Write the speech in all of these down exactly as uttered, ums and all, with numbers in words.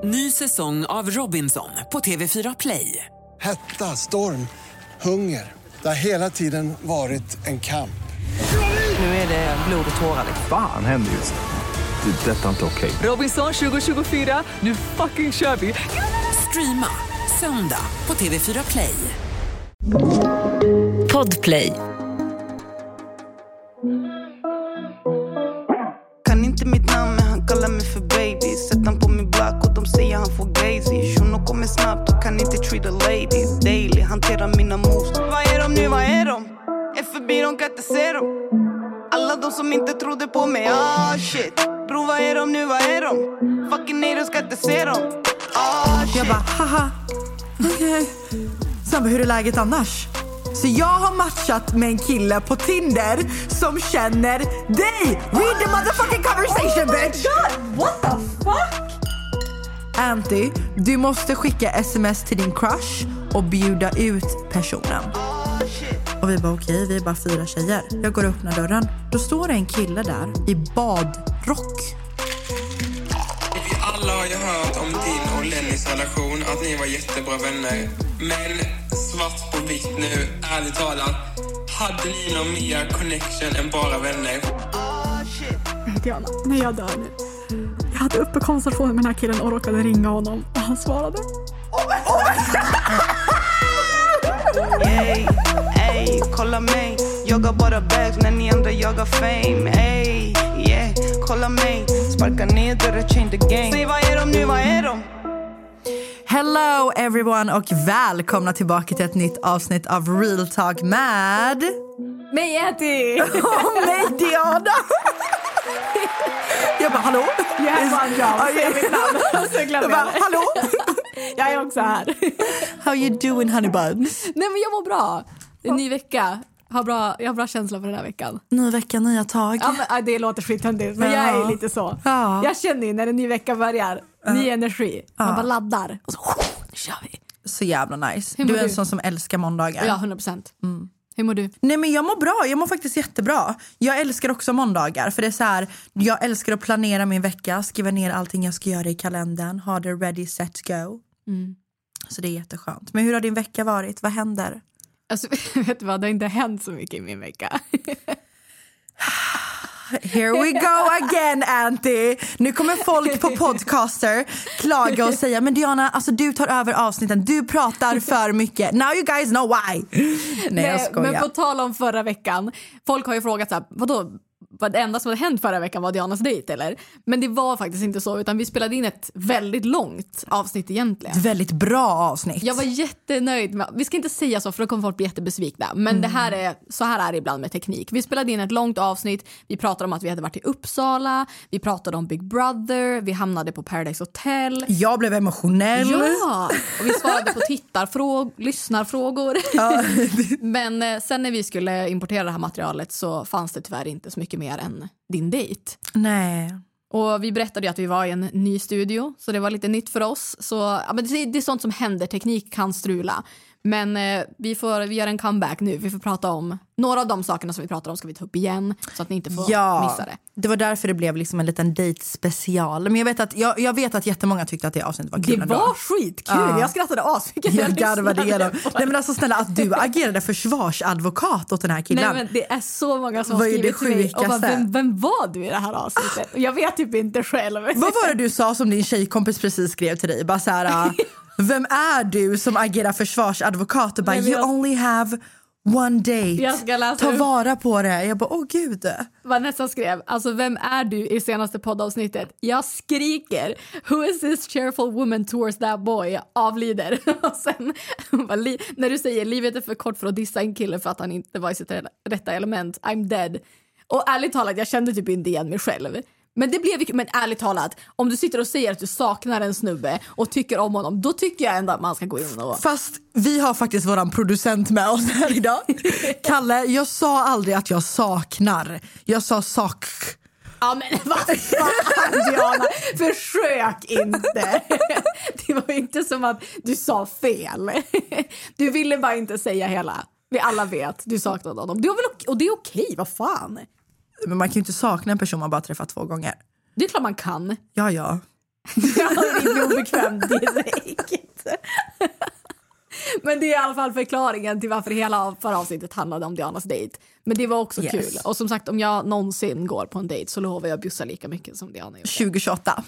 Ny säsong av Robinson på T V fyra Play. Hetta, storm, hunger. Det har hela tiden varit en kamp. Nu är det blod och tårar. Fan händer just det. Det är detta inte okej. Robinson tjugo tjugofyra, nu fucking kör vi. Streama söndag på T V fyra Play. Podplay. Kan inte mitt namn men han kallar mig för baby. Sätt han på min block och de säger han får gazy. Shuno kommer snabbt och kan inte treat a lady. Daily, hanterar mina moves. Vad är de nu, vad är de? Är förbi, de kan inte se dem. Alla de som inte trodde på mig, ah shit. Bro, vad är de nu, vad är de? Fucking haters kan inte se dem. Ah shit. Jag bara, haha, okej okay. Sen hur är läget annars? Så jag har matchat med en kille på Tinder som känner dig. Read the motherfucking conversation, bitch. Oh my God, what the fuck? Anty, du måste skicka sms till din crush och bjuda ut personen. Och vi bara okej, okay, vi är bara fyra tjejer. Jag går och öppnar dörren. Då står det en kille där i badrock. Vi alla har ju hört om din och Lennys relation, att ni var jättebra vänner. Men svart på vitt nu, ärligt talat, hade ni någon mer connection än bara vänner? Diana, när jag dör nu. Jag hade uppe konversation med den här killen och råkade ringa honom. Och han svarade. Ey, ey, kolla mig. Jag har bara bags när ni andra jagar fame. Ey, yeah, kolla mig. Sparka ner dörren, change the game. Säg vad är de nu, vad är de? Hello everyone och välkomna tillbaka till ett nytt avsnitt av Real Talk med mig Anty och mig Diana. Jag bara hallå. Jag är bara jag säger mitt namn. Så glömmer jag bara hallå. Jag är också här. How you doing honey buns? Nej men jag mår bra. Det är en ny vecka. Har bra, jag har bra känsla för den här veckan. Ny vecka, nya tag. Ja, men, det låter skittöndigt, men ja. Jag är lite så. Ja. Jag känner ju när en ny vecka börjar, ja. Ny energi. Man ja. Bara laddar. Och så, nu kör vi. Så jävla nice. Du är en du? sån som älskar måndagar. Ja, hundra procent. Mm. Hur mår du? Nej men jag mår bra, jag mår faktiskt jättebra. Jag älskar också måndagar. För det är så här, jag älskar att planera min vecka. Skriva ner allting jag ska göra i kalendern. Ha det ready, set, go. Mm. Så det är jätteskönt. Men hur har din vecka varit? Vad händer? Alltså, vet du vad? Det har inte hänt så mycket i min vecka. Here we go again, Anty. Nu kommer folk på podcaster klaga och säga, men Diana, alltså du tar över avsnitten. Du pratar för mycket. Now you guys know why. Nej, Nej jag skojar. Men på tal om förra veckan. Folk har ju frågat så här, vadå? Vad det enda som hade hänt förra veckan var Dianas dejt, eller? Men det var faktiskt inte så, utan vi spelade in ett väldigt långt avsnitt egentligen. Ett väldigt bra avsnitt. Jag var jättenöjd med, vi ska inte säga så för då kommer folk bli jättebesvikna. Men mm. det här är, så här är det ibland med teknik. Vi spelade in ett långt avsnitt, vi pratade om att vi hade varit i Uppsala, vi pratade om Big Brother, vi hamnade på Paradise Hotel. Jag blev emotionell. Ja, och vi svarade på tittarfrågor, lyssnarfrågor. Ja. Men eh, sen när vi skulle importera det här materialet så fanns det tyvärr inte så mycket mer än din dejt. Nej. Och vi berättade ju att vi var i en ny studio, så det var lite nytt för oss. Så ja, men det, det är sånt som händer, teknik kan strula. Men eh, vi får vi gör en comeback nu. Vi får prata om några av de sakerna som vi pratar om ska vi ta upp igen så att ni inte får ja, missa det. Det var därför det blev liksom en liten date special. Men jag vet att jag, jag vet att jättemånga tyckte att det avsnittet var kul. Det ändå. var skitkul. Ja. Jag skrattade asmycket. Jag garvade igenom. Nej men alltså snälla, att du agerade försvarsadvokat åt den här killen. Nej men det är så många som har skrivit till mig och bara, vem, vem var du i det här avsnittet? Jag vet typ inte själv. Vad var det du sa som din tjejkompis precis skrev till dig? Bara så här, vem är du som agerar försvarsadvokat och bara, Nej, you jag... only have one date. Ta vara på det. Jag bara, åh gud. Vanessa skrev, alltså vem är du i senaste poddavsnittet? Jag skriker, who is this cheerful woman towards that boy? Avlider. Och sen, bara, när du säger, livet är för kort för att dissa en kille för att han inte var i sitt rätta element. I'm dead. Och ärligt talat, jag kände typ inte igen mig själv. Men det blev men ärligt talat, om du sitter och säger att du saknar en snubbe och tycker om honom, då tycker jag ändå att man ska gå in och... Fast vi har faktiskt våran producent med oss här idag. Kalle, jag sa aldrig att jag saknar. Jag sa sak. Ja men vad fan, Diana, försök inte. Det var inte som att du sa fel. Du ville bara inte säga hela. Vi alla vet, du saknade honom. Det var väl, och det är okej, vad fan. Men man kan ju inte sakna en person man bara träffat två gånger. Det är klart man kan. Ja, ja. Jag hade blivit obekväm direkt. Men det är i alla fall förklaringen till varför hela förra avsnittet handlade om Dianas dejt. Men det var också yes. kul. Och som sagt, om jag någonsin går på en dejt så lovar jag bjussa lika mycket som Diana gjorde. tjugo tjugoåtta.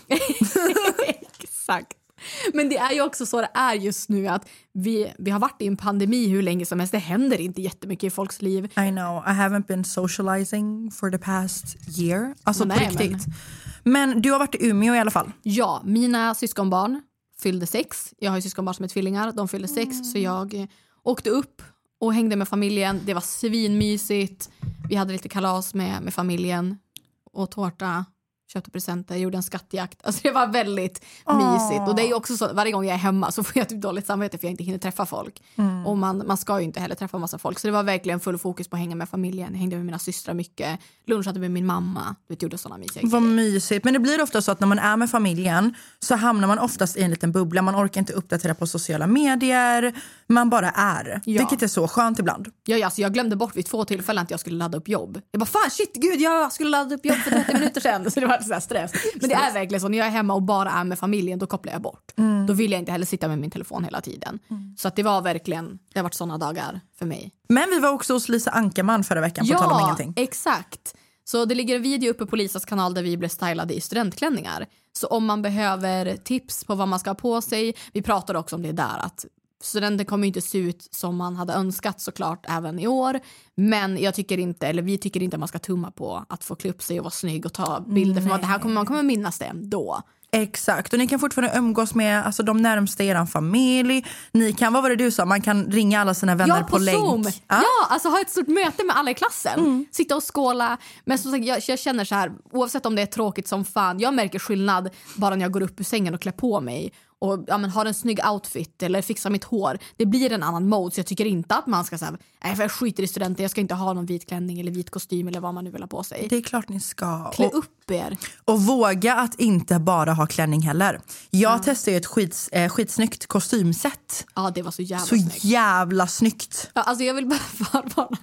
Exakt. Men det är ju också så det är just nu att vi, vi har varit i en pandemi hur länge som helst. Det händer inte jättemycket i folks liv. I know, I haven't been socializing for the past year. Alltså Nej, på riktigt. Men... men du har varit i Umeå i alla fall. Ja, mina syskonbarn fyllde sex. Jag har ju syskonbarn som är tvillingar. De fyllde sex mm. så jag åkte upp och hängde med familjen. Det var svinmysigt. Vi hade lite kalas med, med familjen och tårta. Köpte presenter, gjorde en skattjakt. Alltså det var väldigt oh. mysigt. Och det är ju också så, varje gång jag är hemma så får jag typ dåligt samvete för jag inte hinner träffa folk. Mm. Och man, man ska ju inte heller träffa massa folk. Så det var verkligen full fokus på att hänga med familjen. Jag hängde med mina systrar mycket. Lunchade med min mamma. Du vet, gjorde sådana mysiga grejer. Vad mysigt. Men det blir ofta så att när man är med familjen så hamnar man oftast i en liten bubbla. Man orkar inte uppdatera på sociala medier. Man bara är. Ja. Vilket är så skönt ibland. Ja, alltså jag glömde bort vid två tillfällen att jag skulle ladda upp jobb. Jag bara, fan shit, gud, jag skulle ladda upp jobb för trettio minuter sedan. Så det var så här stress. Men det är verkligen så, när jag är hemma och bara är med familjen, då kopplar jag bort. Mm. Då vill jag inte heller sitta med min telefon hela tiden. Mm. Så att det var verkligen, det har varit såna dagar för mig. Men vi var också hos Lisa Ankerman förra veckan, på ja, tal om ingenting. Ja, exakt. Så det ligger en video uppe på Lisas kanal där vi blev stylade i studentklänningar. Så om man behöver tips på vad man ska ha på sig, vi pratade också om det där, att studenten kommer ju inte se ut som man hade önskat såklart även i år. Men jag tycker inte, eller vi tycker inte att man ska tumma på att få klä upp sig och vara snygg och ta bilder. Nej. För det här kommer man kommer minnas det då. Exakt, och ni kan fortfarande umgås med alltså, de närmsta i er familj. Ni kan, vad var det du sa, man kan ringa alla sina vänner ja, på, på länk. Zoom. Ja, ja, alltså ha ett stort möte med alla i klassen. Mm. Sitta och skåla. Men som sagt, jag, jag känner så här, oavsett om det är tråkigt som fan, jag märker skillnad bara när jag går upp ur sängen och klär på mig. Och ja, men, har en snygg outfit eller fixar mitt hår. Det blir en annan mode. Så jag tycker inte att man ska säga, nej, för jag skiter i studenter, jag ska inte ha någon vit klänning eller vit kostym eller vad man nu vill ha på sig. Det är klart ni ska. Klä och, upp er. Och våga att inte bara ha klänning heller. Jag ja. testade ju ett skits, eh, skitsnyggt kostymset. Ja, det var så jävla så snyggt. jävla snyggt. Ja, alltså jag vill bara förvarna.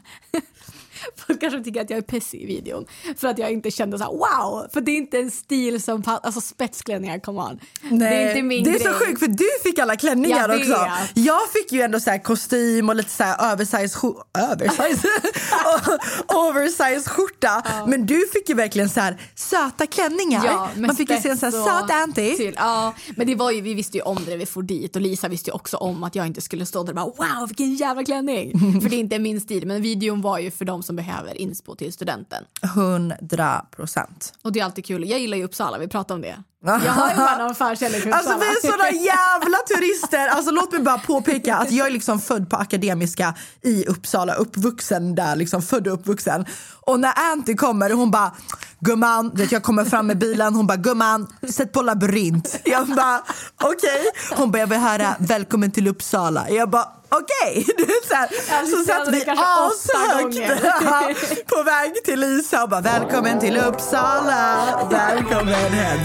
Folk kanske tycker att jag är pessig i videon för att jag inte kände så här, wow, för det är inte en stil som, alltså spetsklänningar, come on. Nej, det är inte min det är grej. Så sjukt för du fick alla klänningar jag också. Vet. Jag fick ju ändå så här kostym och lite så här oversize oversize oversize skjorta, ja. Men du fick ju verkligen så här söta klänningar. Ja, man fick ju se en så här söt auntie. Till. Ja, men det var ju, vi visste ju om det när vi får dit och Lisa visste ju också om att jag inte skulle stå där och bara, wow, vilken jävla klänning. För det är inte min stil, men videon var ju för dem som behöver inspo till studenten. Hundra procent. Och det är alltid kul. Jag gillar ju Uppsala, vi pratar om det. Jag har ju bara någon förkärlek för Uppsala. Alltså vi är sådana jävla turister. Alltså låt mig bara påpeka att jag är liksom född på Akademiska i Uppsala, uppvuxen där, liksom född och uppvuxen. Och när Anty kommer, hon bara, gumman, vet jag kommer fram med bilen, hon bara, gumman, sätt på labyrint. Jag bara, okej. Okay. Hon bara, jag vill höra välkommen till Uppsala. Jag bara, okej. Okay. Så satt vi ashögt på väg till Lisa och bara, välkommen till Uppsala. Välkommen hem.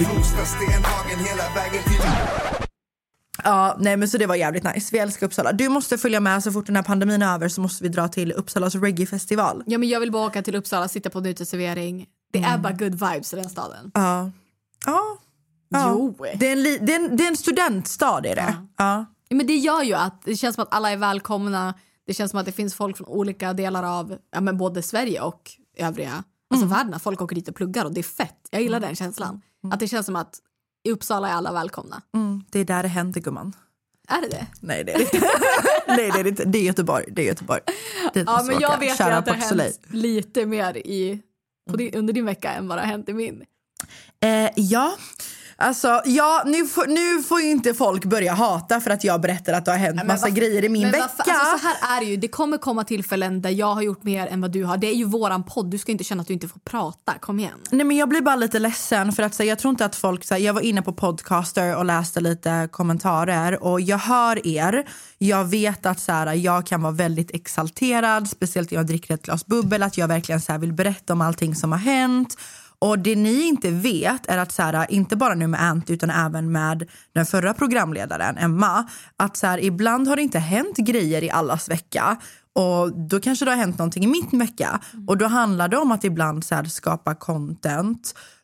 Ja, nej men så det var jävligt nice. Vi älskar Uppsala. Du måste följa med så fort den här pandemin är över, så måste vi dra till Uppsalas reggae-festival. Ja, men jag vill bara åka till Uppsala, sitta på en uteservering. Det är mm. bara good vibes i den staden. Ja. Ja. Ja. Jo. Det är en, li- det är en, det är en studentstad är det. Ja. Ja. Men det gör ju att det känns som att alla är välkomna. Det känns som att det finns folk från olika delar av, ja, men både Sverige och övriga alltså mm. världen. Folk åker dit och pluggar och det är fett. Jag gillar mm. den känslan. Mm. Att det känns som att i Uppsala är alla välkomna. Mm. Det är där det händer, gumman. Är det det? Nej, det är det inte. Nej, det är det inte. Det är Göteborg. Det är Göteborg. Det är ja, men jag vet ju att det har hänt lite mer i, på din, under din vecka än vad det har hänt i min. Eh, ja, alltså ja, nu, får, nu får ju inte folk börja hata för att jag berättar att det har hänt ja, massa va, grejer i min vecka. Va, alltså, så här är det ju, det kommer komma tillfällen där jag har gjort mer än vad du har. Det är ju våran podd, du ska inte känna att du inte får prata, kom igen. Nej, men jag blir bara lite ledsen för att så, jag tror inte att folk, så, jag var inne på Podcaster och läste lite kommentarer och jag hör er. Jag vet att så här, jag kan vara väldigt exalterad, speciellt när jag dricker ett glas bubbel, att jag verkligen så här, vill berätta om allting som har hänt. Och det ni inte vet är att så här, inte bara nu med Ant utan även med den förra programledaren Emma, att så här, ibland har det inte hänt grejer i allas vecka och då kanske det har hänt någonting i mitt vecka mm. och då handlar det om att ibland så här, skapa content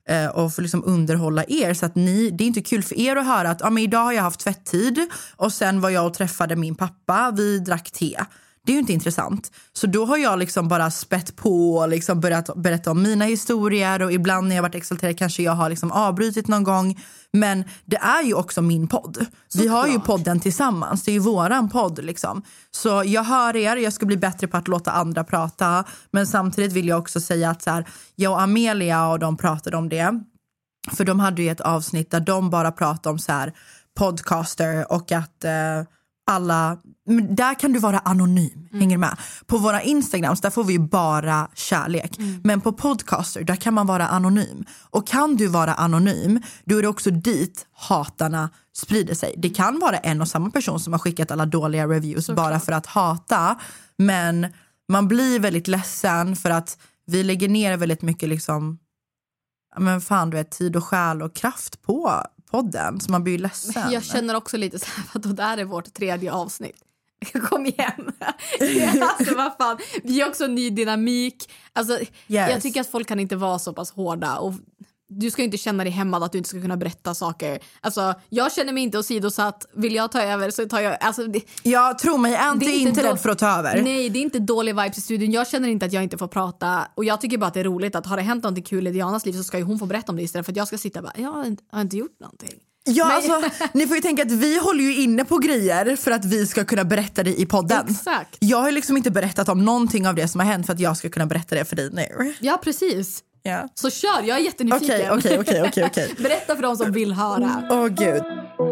eh, och för liksom underhålla er. Så att ni, det är inte kul för er att höra att ja, men idag har jag haft tvätttid och sen var jag och träffade min pappa, vi drack te. Det är ju inte intressant. Så då har jag liksom bara spett på och liksom börjat berätta om mina historier. Och ibland när jag varit exalterad kanske jag har liksom avbrutit någon gång. Men det är ju också min podd. Så vi har klart. Ju podden tillsammans. Det är ju våran podd liksom. Så jag hör er, jag ska bli bättre på att låta andra prata. Men samtidigt vill jag också säga att så här, jag och Amelia och de pratade om det. För de hade ju ett avsnitt där de bara pratade om så här podcaster och att... Eh, alla, där kan du vara anonym, mm. hänger med. På våra Instagrams, där får vi bara kärlek. Mm. Men på podcaster, där kan man vara anonym. Och kan du vara anonym, då är det också dit hatarna sprider sig. Det kan vara en och samma person som har skickat alla dåliga reviews så bara klart. För att hata. Men man blir väldigt ledsen för att vi lägger ner väldigt mycket liksom, men fan du vet, tid och själ och kraft på podden, så man blir ju ledsen. Jag känner också lite så här, att det här är vårt tredje avsnitt. Kom igen. Alltså vad fan. Vi har också en ny dynamik. Alltså, yes. Jag tycker att folk kan inte vara så pass hårda. Och du ska inte känna dig hemma att du inte ska kunna berätta saker. Alltså, jag känner mig inte åsidosatt. Vill jag ta över så tar jag... Alltså, det, jag tror mig, jag är inte, inte rädd för att ta över. Nej, det är inte dålig vibes i studion. Jag känner inte att jag inte får prata. Och jag tycker bara att det är roligt att har det hänt något kul i Dianas liv så ska ju hon få berätta om det istället för att jag ska sitta och bara, jag har inte, jag har inte gjort någonting. Ja, men... alltså, ni får ju tänka att vi håller ju inne på grejer för att vi ska kunna berätta det i podden. Exakt. Jag har liksom inte berättat om någonting av det som har hänt för att jag ska kunna berätta det för dig nu. Ja, precis. Yeah. Så kör, jag är jättenyfiken. Okej, okej, okej, okej. Berätta för de som vill höra. Åh, oh, gud.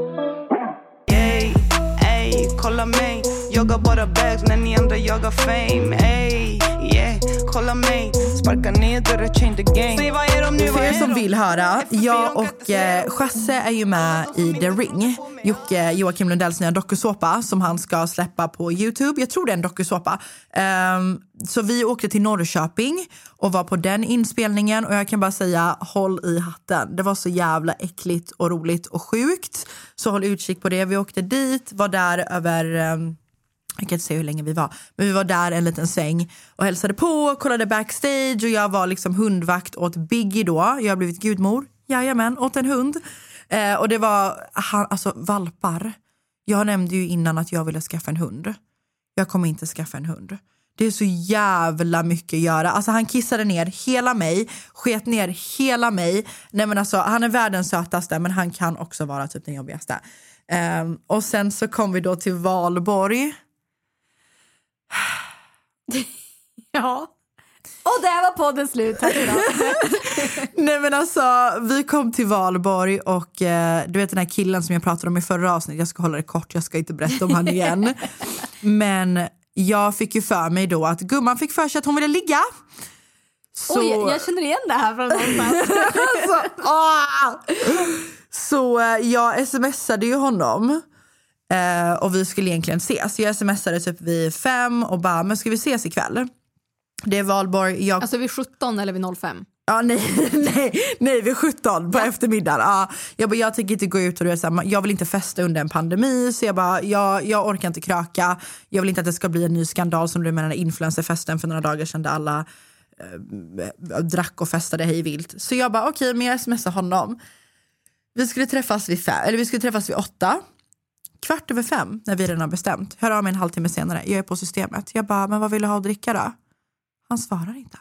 Ey, ey, kolla mig. Jag har bara bags när ni andra jagar fame. Ey, yeah, kolla mig. Sparka ner dörrar, change the game. Säg vad är de nu, för er som vill höra, jag och eh, Chasse är ju med i The Ring. Jocke, Joakim Lundells nya dokusåpa som han ska släppa på YouTube. Jag tror det är en dokusåpa. Um, så vi åkte till Norrköping och var på den inspelningen. Och jag kan bara säga, håll i hatten. Det var så jävla äckligt och roligt och sjukt. Så håll utkik på det. Vi åkte dit, var där över... Um, jag kan inte säga hur länge vi var. Men vi var där en liten sväng och hälsade på, kollade backstage. Och jag var liksom hundvakt åt Biggie då. Jag har blivit gudmor. Jajamän, åt en hund. Eh, och det var han, alltså valpar. Jag nämnde ju innan att jag ville skaffa en hund. Jag kommer inte skaffa en hund. Det är så jävla mycket att göra. Alltså han kissade ner hela mig. Sket ner hela mig. Nej men alltså han är världens sötaste. Men han kan också vara typ den jobbigaste. Eh, och sen så kom vi då till Valborg. Ja. Och där var podden slut. Tack idag. Nej men alltså, vi kom till Valborg och eh, du vet den här killen som jag pratade om i förra avsnittet. Jag ska hålla det kort, jag ska inte berätta om han igen. Men jag fick ju för mig då att gumman fick för sig att hon ville ligga. Så... Oj, jag, jag känner igen det här från någonstans. så, ah! så eh, jag smsade ju honom. Uh, och vi skulle egentligen ses. Jag smsade typ vid fem och bara, men ska vi ses ikväll? Det är Valborg. Jag... Alltså vid sjutton eller vid fem? Ja, nej, nej, nej, vid sjutton på ja. eftermiddagen. Ja, jag bara, jag tänker inte gå ut och du vet, så här, jag vill inte festa under en pandemi. Så jag bara, jag, jag orkar inte kröka. Jag vill inte att det ska bli en ny skandal som du med den här influencerfesten för några dagar sedan där alla eh, drack och festade hej vilt. Så jag bara, okej, okay, men jag smsade honom. Vi skulle träffas vid fem, eller vi skulle träffas vid åtta. Kvart över fem när vi redan har bestämt. Hör av mig en halvtimme senare. Jag är på systemet. Jag bara, men vad vill du ha att dricka då? Han svarar inte.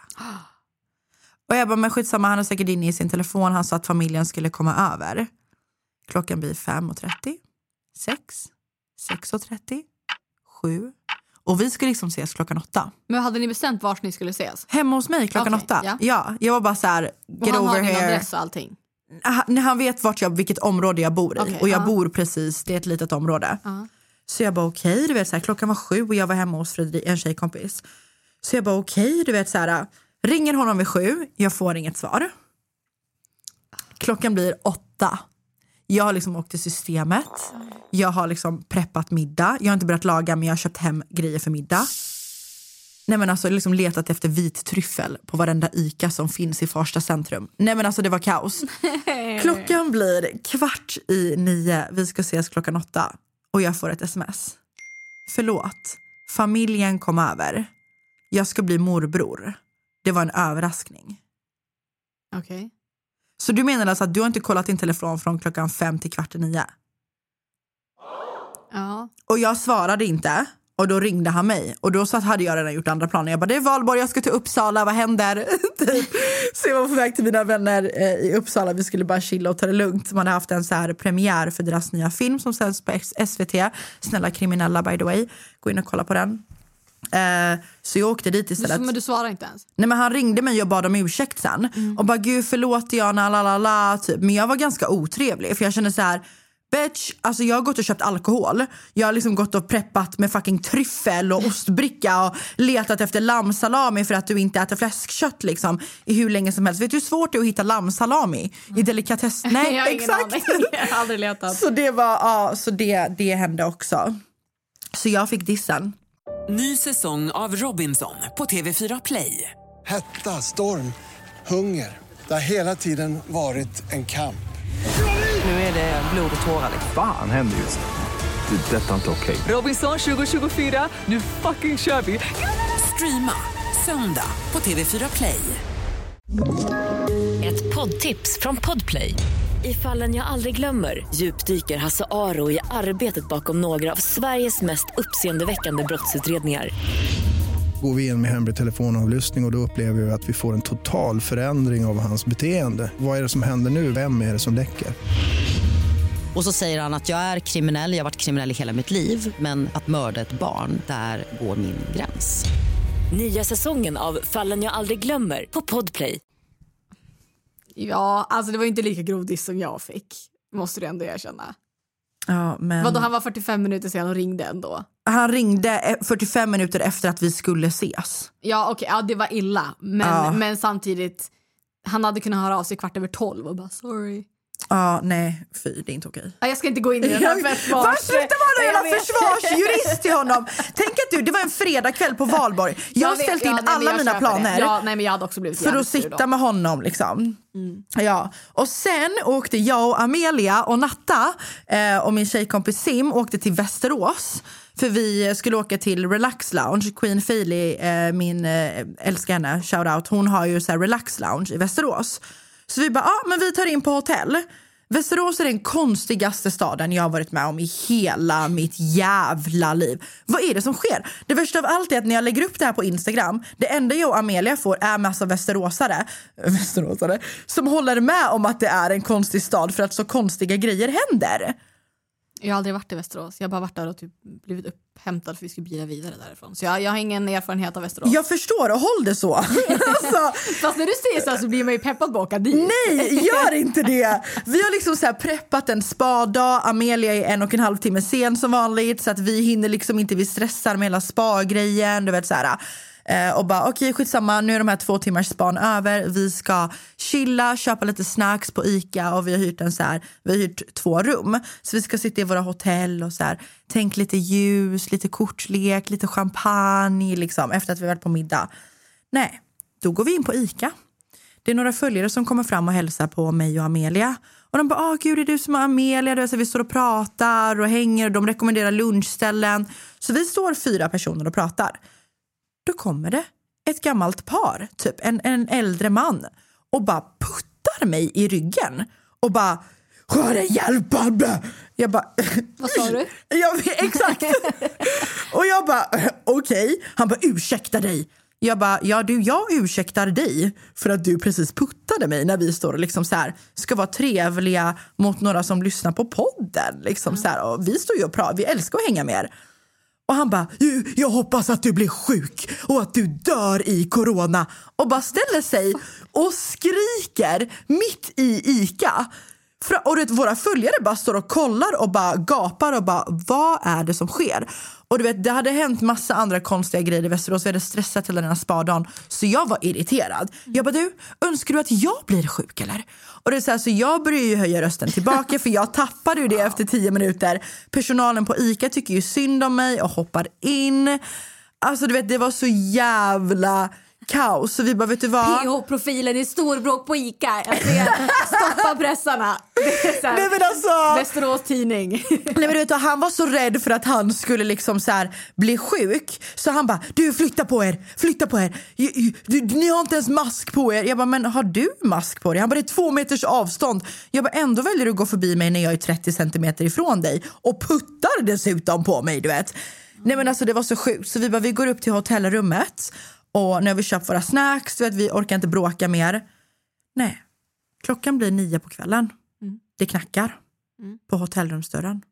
Och jag bara, men skitsamma, han är säkert inne i sin telefon. Han sa att familjen skulle komma över. Klockan blir fem och trettio. sex. sex och trettio. sju. Och vi skulle liksom ses klockan åtta. Men hade ni bestämt vart ni skulle ses? Hemma hos mig klockan okay, åtta. Ja. ja, jag var bara så här, get och over here. Och han har din adress och allting? Han, han vet vart jag, vilket område jag bor i. Okay, och jag uh. bor precis, det är ett litet område. Uh. Så jag bara okej, okay, du vet så här, klockan var sju och jag var hemma hos Fredrik, en tjejkompis. Så jag bara okej, okay, du vet så här, ringer honom vid sju, jag får inget svar. Klockan blir åtta. Jag har liksom åkt till systemet. Jag har liksom preppat middag. Jag har inte börjat laga, men jag har köpt hem grejer för middag. Nej men alltså liksom letat efter vit tryffel på varenda Ica som finns i Farsta centrum. Nej men alltså det var kaos. Klockan blir kvart i nio. Vi ska ses klockan åtta. Och jag får ett sms. Förlåt. Familjen kom över. Jag ska bli morbror. Det var en överraskning. Okej. Okay. Så du menar alltså att du har inte kollat din telefon från klockan fem till kvart i nio? Ja. Och jag svarade inte. Och då ringde han mig. Och då så hade jag redan gjort andra planer. Jag bara, det är valborg, jag ska till Uppsala, vad händer? Så jag var på väg till mina vänner eh, i Uppsala. Vi skulle bara chilla och ta det lugnt. De hade haft en så här premiär för deras nya film som sänds på S V T. Snälla kriminella, by the way. Gå in och kolla på den. Eh, så jag åkte dit istället. Men du svarade inte ens? Nej, men han ringde mig och bad om ursäkt sen. Mm. Och bara, gud förlåt jag, la typ. Men jag var ganska otrevlig. För jag kände så här, bitch, alltså jag har gått och köpt alkohol. Jag har liksom gått och preppat med fucking tryffel och ostbricka och letat efter lammsalami för att du inte äter fläskkött liksom i hur länge som helst. Vet du hur svårt det är att hitta lammsalami i delikatess? Nej, jag har exakt. jag har aldrig letat. Så det var, ja, så det, det hände också. Så jag fick dissen. Ny säsong av Robinson på T V fyra Play. Hetta, storm, hunger. Det har hela tiden varit en kamp. Nu är det blod och tårar. Fan händer just det. Det är detta inte okej. Robinson tjugo tjugofyra, nu fucking kör vi. Streama söndag på T V fyra Play. Ett poddtips från Podplay. I Fallen jag aldrig glömmer djupdyker Hasse Aro i arbetet bakom några av Sveriges mest uppseendeväckande brottsutredningar. Går vi in med hemlig telefonavlyssning och, och då upplever vi att vi får en total förändring av hans beteende. Vad är det som händer nu? Vem är det som läcker? Och så säger han att jag är kriminell, jag har varit kriminell i hela mitt liv. Men att mörda ett barn, där går min gräns. Nya säsongen av Fallen jag aldrig glömmer på Podplay. Ja, alltså det var inte lika grovdiss som jag fick. Måste du ändå erkänna. Ja, men... Vadå, han var fyrtiofem minuter sedan och ringde ändå? Han ringde fyrtiofem minuter efter att vi skulle ses. Ja, okej, okay, ja, det var illa. Men, ja. men samtidigt, han hade kunnat höra av sig kvart över tolv och bara, sorry. Ja, nej, fy, det är inte okej. Ja, jag ska inte gå in i den här försvars... Vad sluta vara en jävla försvarsjurist till honom? Tänk att du, det var en fredagkväll på valborg. Jag har ställt in ja, nej, alla mina planer. Det. Ja, nej, men jag hade också blivit för att sitta med honom liksom. Mm. Ja, och sen åkte jag och Amelia och Natta eh, och min tjejkompis Sim åkte till Västerås. För vi skulle åka till Relax Lounge. Queen Feely, eh, min eh, älskar henne, shout out. Hon har ju så här Relax Lounge i Västerås. Så vi bara, ja ah, men vi tar in på hotell. Västerås är den konstigaste staden jag har varit med om i hela mitt jävla liv. Vad är det som sker? Det värsta av allt är att när jag lägger upp det här på Instagram, det enda jag och Amelia får är massa västeråsare, västeråsare som håller med om att det är en konstig stad för att så konstiga grejer händer. Jag har aldrig varit i Västerås. Jag har bara varit där och typ blivit upphämtad för vi skulle bida vidare därifrån. Så jag, jag har ingen erfarenhet av Västerås. Jag förstår, och håll det så. Alltså, fast när du säger så så blir man ju peppad på att åka dit. Nej, gör inte det. Vi har liksom så här preppat en spa-dag. Amelia är en och en halv timme sen som vanligt. Så att vi hinner liksom inte, vi stressar med hela spa-grejen. Du vet så här... Eh, och bara okej, okay, skitsamma, nu är de här två timmars span över. Vi ska chilla, köpa lite snacks på Ica. Och vi har hyrt en så här, vi har hyrt två rum. Så vi ska sitta i våra hotell och så här, tänk lite ljus, lite kortlek, lite champagne liksom, efter att vi varit på middag. Nej, då går vi in på Ica. Det är några följare som kommer fram och hälsar på mig och Amelia. Och de bara, åh gud, är du som är Amelia? Så vi står och pratar och hänger och de rekommenderar lunchställen. Så vi står fyra personer och pratar. Då kommer det ett gammalt par, typ en, en äldre man, och bara puttar mig i ryggen och bara, skär dig hjälpande. Jag bara, vad sa du? Jag, exakt. Och jag bara, okej. Okay. Han bara, ursäkta dig. Jag bara, ja du, jag ursäktar dig för att du precis puttade mig när vi står och liksom så här ska vara trevliga mot några som lyssnar på podden. Liksom mm. så här, och vi står ju och pratar, vi älskar att hänga med er. Och han bara, jag hoppas att du blir sjuk och att du dör i corona. Och bara ställer sig och skriker mitt i Ica. Och du vet, våra följare bara står och kollar och bara gapar och bara, vad är det som sker? Och du vet, det hade hänt massa andra konstiga grejer i Västerås. Vi hade stressat hela den här spaddagen. Så jag var irriterad. Jag bara, du, önskar du att jag blir sjuk eller? Och det är så här, så jag började ju höja rösten tillbaka. För jag tappade ju det efter tio minuter. Personalen på Ica tycker ju synd om mig och hoppar in. Alltså du vet, det var så jävla kaos. Så vi bara, vet du vad? P H-profilen i storbråk på Ica. Jag ser stoppa pressarna. Det är så här, Nej, men alltså, Västerås tidning. Nej, men du vet, han var så rädd för att han skulle liksom så här bli sjuk. Så han bara, du flytta på er, flytta på er. Du, du, ni har inte ens mask på er. Jag bara, men har du mask på dig? Han bara, det är två meters avstånd. Jag bara, ändå väljer du att gå förbi mig när jag är trettio centimeter ifrån dig. Och puttar dessutom på mig, du vet. Nej, men alltså det var så sjukt. Så vi bara, vi går upp till hotellrummet. Och när vi köpt våra snacks, du vet, vi orkar inte bråka mer. Nej, klockan blir nio på kvällen. Mm. Det knackar mm. på hotellrumsdörren.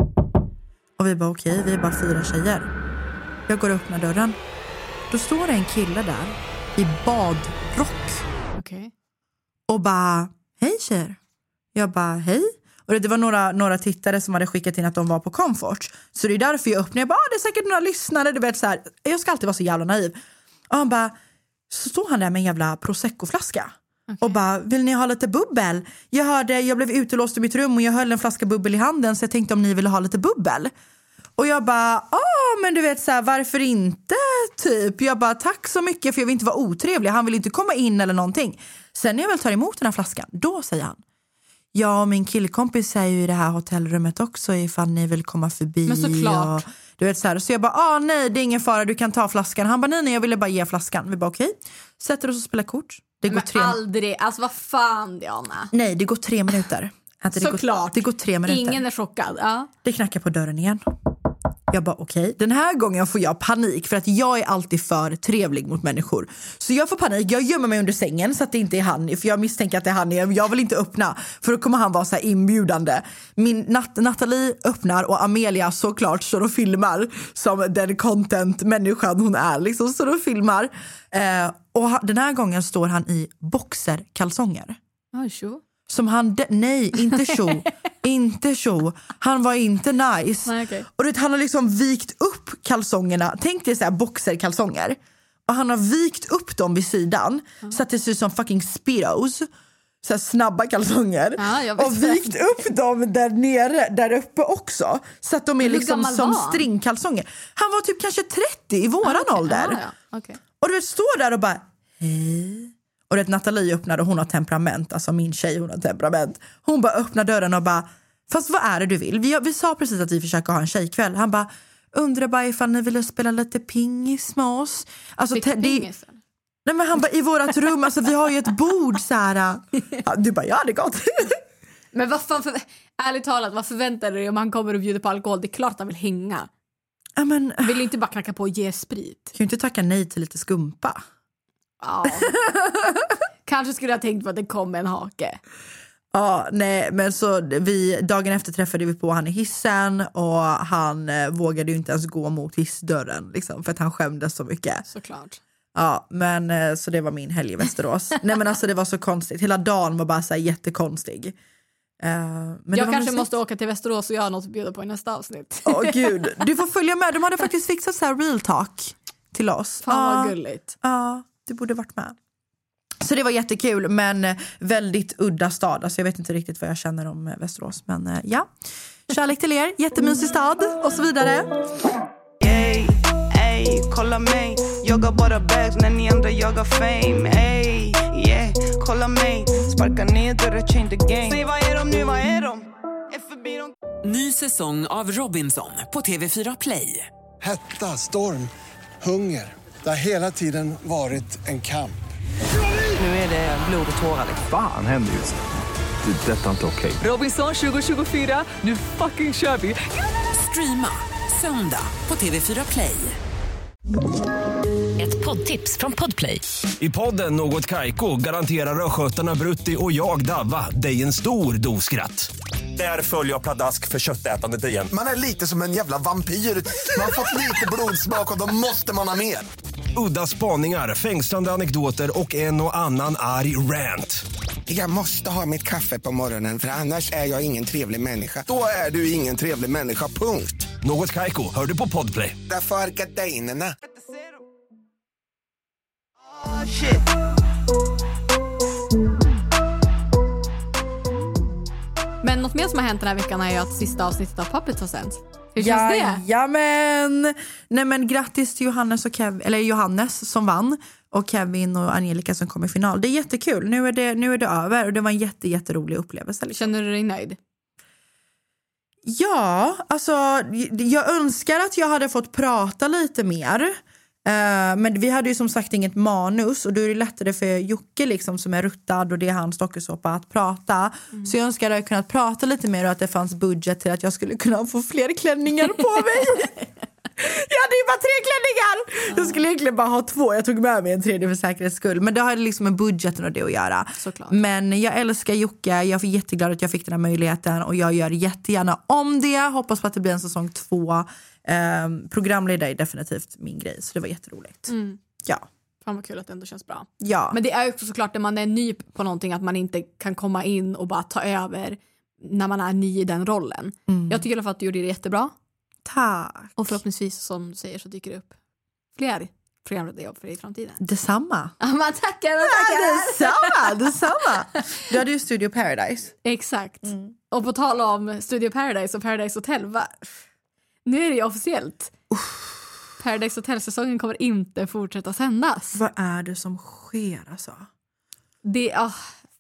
Och vi bara, okej, okay, vi är bara fyra tjejer. Jag går och öppnar dörren. Då står det en kille där i badrock. Okay. Och bara, hej tjejer. Jag bara, hej. Och det, det var några, några tittare som hade skickat in att de var på Comfort. Så det är därför jag öppnar. Jag bara, ah, det är säkert några lyssnare. Du vet, så här. Jag ska alltid vara så jävla naiv. Och han bara, så stod han där med en jävla Prosecco-flaska. Okay. Och bara, vill ni ha lite bubbel? Jag hörde, jag blev utelåst i mitt rum och jag höll en flaska bubbel i handen. Så jag tänkte om ni ville ha lite bubbel. Och jag bara, ja men du vet så här, varför inte typ? Jag bara, tack så mycket för jag vill inte vara otrevlig. Han vill inte komma in eller någonting. Sen när jag väl tar emot den här flaskan, då säger han, ja, min killkompis är ju i det här hotellrummet också ifall ni vill komma förbi. Men såklart. Och, du vet så här, så jag bara, ah nej, det är ingen fara, du kan ta flaskan. Han bara, nej, nej, jag ville bara ge flaskan. Vi bara, okej. Okay. Sätter oss och spelar kort. Det men går tre... aldrig, alltså vad fan, Diana? Nej, det går tre minuter. Alltså, det såklart. Går, det går tre minuter. Ingen är chockad, ja. Det knackar på dörren igen. Jag bara, okej. Okay. Den här gången får jag panik för att jag är alltid för trevlig mot människor. Så jag får panik, jag gömmer mig under sängen så att det inte är han. För jag misstänker att det är han. Jag vill inte öppna för då kommer han vara så här inbjudande. Min Nat- Nathalie öppnar och Amelia såklart så de filmar som den content-människan hon är. Liksom, så de filmar. Eh, och den här gången står han i boxerkalsonger. Oh, sure. Som han, de- nej, inte tjo. Inte tjo. Han var inte nice. Nej, okay. Och det, han har liksom vikt upp kalsongerna. Tänk dig så här boxerkalsonger. Och han har vikt upp dem vid sidan. Mm. Så att det ser ut som fucking speedos. Så här snabba kalsonger. Ja, och vikt det. upp dem där nere, där uppe också. Så att de är liksom som stringkalsonger. Han var typ kanske trettio i våran ah, okay. ålder. Ah, ja. Okay. Och du vet, står där och bara, hej. Och det Nathalie öppnade och hon har temperament. Alltså min tjej, hon har temperament. Hon bara öppnar dörren och bara, fast vad är det du vill? Vi, vi sa precis att vi försöker ha en tjejkväll. Han bara, undrar bara ifall ni ville spela lite pingis med oss. Alltså, te- det, nej men han bara, i vårat rum, alltså vi har ju ett bord så här. Ja, du bara, ja det är gott. Men vad fan, för, ärligt talat, vad förväntar du dig om han kommer och bjuder på alkohol? Det är klart att han vill hänga. Ja, men, vill inte bara knacka på och ge sprit. Kan ju inte tacka nej till lite skumpa. Ja. Kanske skulle jag tänkt på att det kom en hake. Ja, nej, men så vi, dagen efter träffade vi på han i hissen och han eh, vågade ju inte ens gå mot hissdörren liksom, för att han skämdes så mycket. Såklart. Ja, men eh, så det var min helg i Västerås. Nej men alltså det var så konstigt. Hela dagen var bara så här jättekonstig. Uh, men jag kanske musik. måste åka till Västerås och jag har något att bjuda på i nästa avsnitt. Åh oh, gud, du får följa med. De hade faktiskt fixat så här real talk till oss. Fan vad uh, gulligt. Ja, uh, du borde varit med. Så det var jättekul, men väldigt udda stad. Alltså jag vet inte riktigt vad jag känner om Västerås. Men uh, ja, kärlek till er. Jättemysig stad och så vidare. Ey, ey, kolla mig. Jagar bara bags när ni andra jagar fame. Ey, yeah, kolla mig. Sparka ner dörrar, change the game. Säg vad är de nu, vad är de? Är förbi dem. Ny säsong av Robinson på T V fyra Play. Hetta, storm, hunger. Det har hela tiden varit en kamp. Nu är det blod och tårar. Fan händer just det. Det är detta inte okej. Okay. Robinson tjugo tjugofyra, nu fucking kör vi. Streama söndag på T V fyra Play. Ett poddtips från Podplay. I podden Något Kaiko garanterar röskötarna Brutti och jag Davva dig en stor doskratt. Där följer jag pladask för köttätandet igen. Man är lite som en jävla vampyr. Man har fått lite blodsmak och då måste man ha mer. Udda spaningar, fängslande anekdoter och en och annan arg rant. Jag måste ha mitt kaffe på morgonen för annars är jag ingen trevlig människa. Då är du ingen trevlig människa, punkt. Något Kaiko, hör du på Podplay. Därför är gardinerna. Oh, shit. Men något mer som har hänt den här veckan är ju att sista avsnittet av Puppets har sänts. Hur känns det? Jamen. Nej men grattis till Johannes och Kev, eller Johannes som vann och Kevin och Angelica som kom i final. Det är jättekul. Nu är det nu är det över och det var en jätte jätterolig upplevelse. Liksom. Känner du dig nöjd? Ja, alltså jag önskar att jag hade fått prata lite mer. Uh, men vi hade ju som sagt inget manus och då är det lättare för Jocke liksom, som är ruttad och det är hans dokusåpa att prata. Mm. Så jag önskar att jag hade kunnat prata lite mer och att det fanns budget till att jag skulle kunna få fler klänningar på mig. Jag hade ju bara tre klänningar. Jag skulle egentligen bara ha två. Jag tog med mig en tredje för säkerhets skull. Men det har liksom med budgeten och det att göra. Såklart. Men jag älskar Jocke. Jag är jätteglad att jag fick den här möjligheten. Och jag gör jättegärna om det. Hoppas på att det blir en säsong två. Um, programledare är definitivt min grej. Så det var jätteroligt. Mm. Ja. Fan vad kul att det ändå känns bra. Ja. Men det är ju också såklart när man är ny på någonting att man inte kan komma in och bara ta över när man är ny i den rollen. Mm. Jag tycker i alla fall att du gjorde det jättebra. Tack. Och förhoppningsvis som du säger så dyker det upp fler programledarjobb för dig i framtiden. Detsamma. Ja, man tackar, man tackar. Ja, detsamma, detsamma. Du hade ju Studio Paradise. Exakt. Mm. Och på tal om Studio Paradise och Paradise Hotel, va? Nu är det ju officiellt. Uff. Paradise Hotel-säsongen kommer inte fortsätta sändas. Vad är det som sker alltså? Det, oh,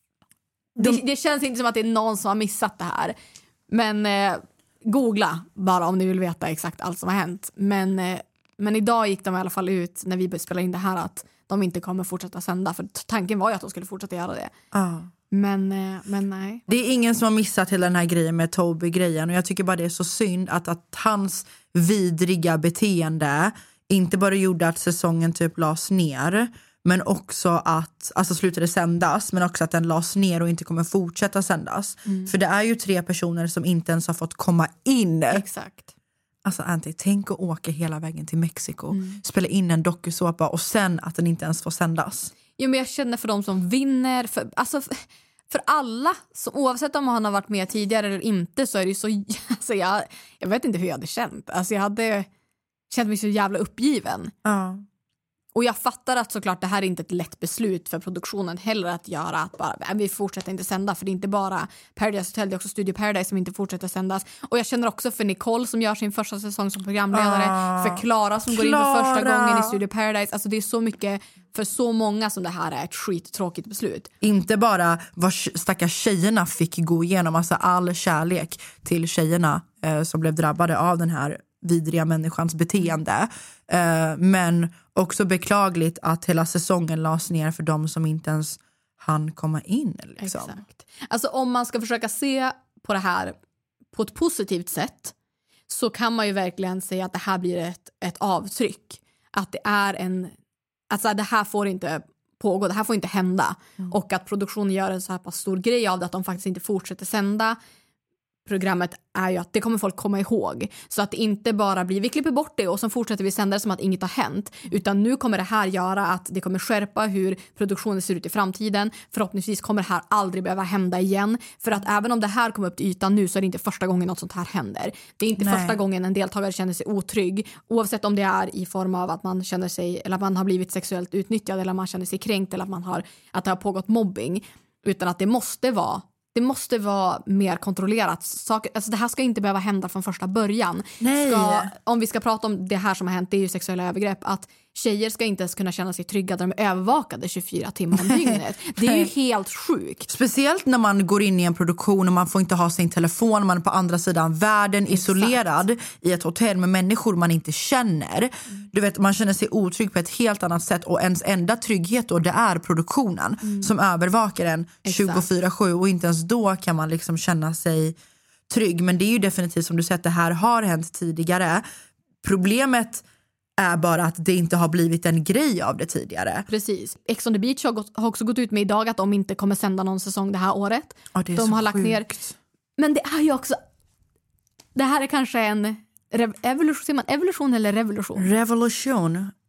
De... det, det känns inte som att det är någon som har missat det här. Men... Eh, googla bara om ni vill veta exakt allt som har hänt. Men, eh, men idag gick de i alla fall ut när vi spelade in det här att de inte kommer fortsätta sända. För tanken var ju att de skulle fortsätta göra det. Ah. Men, eh, men nej. Det är ingen som har missat hela den här grejen med Toby-grejen. Och jag tycker bara det är så synd att, att hans vidriga beteende inte bara gjorde att säsongen typ lades ner. Men också att, alltså slutade sändas. Men också att den lades ner och inte kommer fortsätta sändas. Mm. För det är ju tre personer som inte ens har fått komma in. Exakt. Alltså Antti, tänk att åka hela vägen till Mexiko. Mm. Spela in en dokusåpa och sen att den inte ens får sändas. Jo, men jag känner för de som vinner. För, alltså för, för alla, så, oavsett om han har varit med tidigare eller inte. Så är det ju så, alltså jag, jag vet inte hur jag hade känt. Alltså jag hade känt mig så jävla uppgiven. Ja. Och jag fattar att såklart det här är inte ett lätt beslut för produktionen heller att göra att bara, vi fortsätter inte sända för det är inte bara Paradise Hotel, det är också Studio Paradise som inte fortsätter sändas. Och jag känner också för Nicole som gör sin första säsong som programledare, ah, för Clara som Clara. går in för första gången i Studio Paradise. Alltså det är så mycket för så många som det här är ett skittråkigt beslut. Inte bara vad stackars tjejerna fick gå igenom, alltså all kärlek till tjejerna eh, som blev drabbade av den här vidriga människans beteende. Uh, men också beklagligt att hela säsongen lades ner för de som inte ens hann komma in. Liksom. Exakt. Alltså om man ska försöka se på det här på ett positivt sätt så kan man ju verkligen säga att det här blir ett, ett avtryck. Att det är en... Alltså det här får inte pågå, det här får inte hända. Mm. Och att produktionen gör en så här pass stor grej av det att de faktiskt inte fortsätter sända programmet är ju att det kommer folk komma ihåg. Så att det inte bara blir, vi klipper bort det och så fortsätter vi sända det som att inget har hänt. Utan nu kommer det här göra att det kommer skärpa hur produktionen ser ut i framtiden. Förhoppningsvis kommer det här aldrig behöva hända igen. För att även om det här kommer upp till ytan nu så är det inte första gången något sånt här händer. Det är inte Nej. första gången en deltagare känner sig otrygg. Oavsett om det är i form av att man känner sig, eller att man har blivit sexuellt utnyttjad eller att man känner sig kränkt eller att, man har, att det har pågått mobbing. Utan att det måste vara Det måste vara mer kontrollerat. Saker, alltså det här ska inte behöva hända från första början. Nej. Ska, om vi ska prata om det här som har hänt, det är ju sexuella övergrepp. Att tjejer ska inte ens kunna känna sig trygga där de är övervakade tjugofyra timmar om dygnet. Det är ju helt sjukt. Speciellt när man går in i en produktion och man får inte ha sin telefon. Man är på andra sidan världen, Exakt. isolerad i ett hotell med människor man inte känner. Mm. Du vet, man känner sig otrygg på ett helt annat sätt. Och ens enda trygghet då, det är produktionen mm. som övervakar en tjugofyra sju. Och inte ens då kan man liksom känna sig trygg. Men det är ju definitivt som du säger att det här har hänt tidigare. Problemet är bara att det inte har blivit en grej av det tidigare. Precis. Ex on the Beach har, gått, har också gått ut med idag att de inte kommer sända någon säsong det här året. Ja, det är de så har lagt sjukt. ner. Men det är ju också... Det här är kanske en rev, evolution, man evolution eller revolution? Revolution.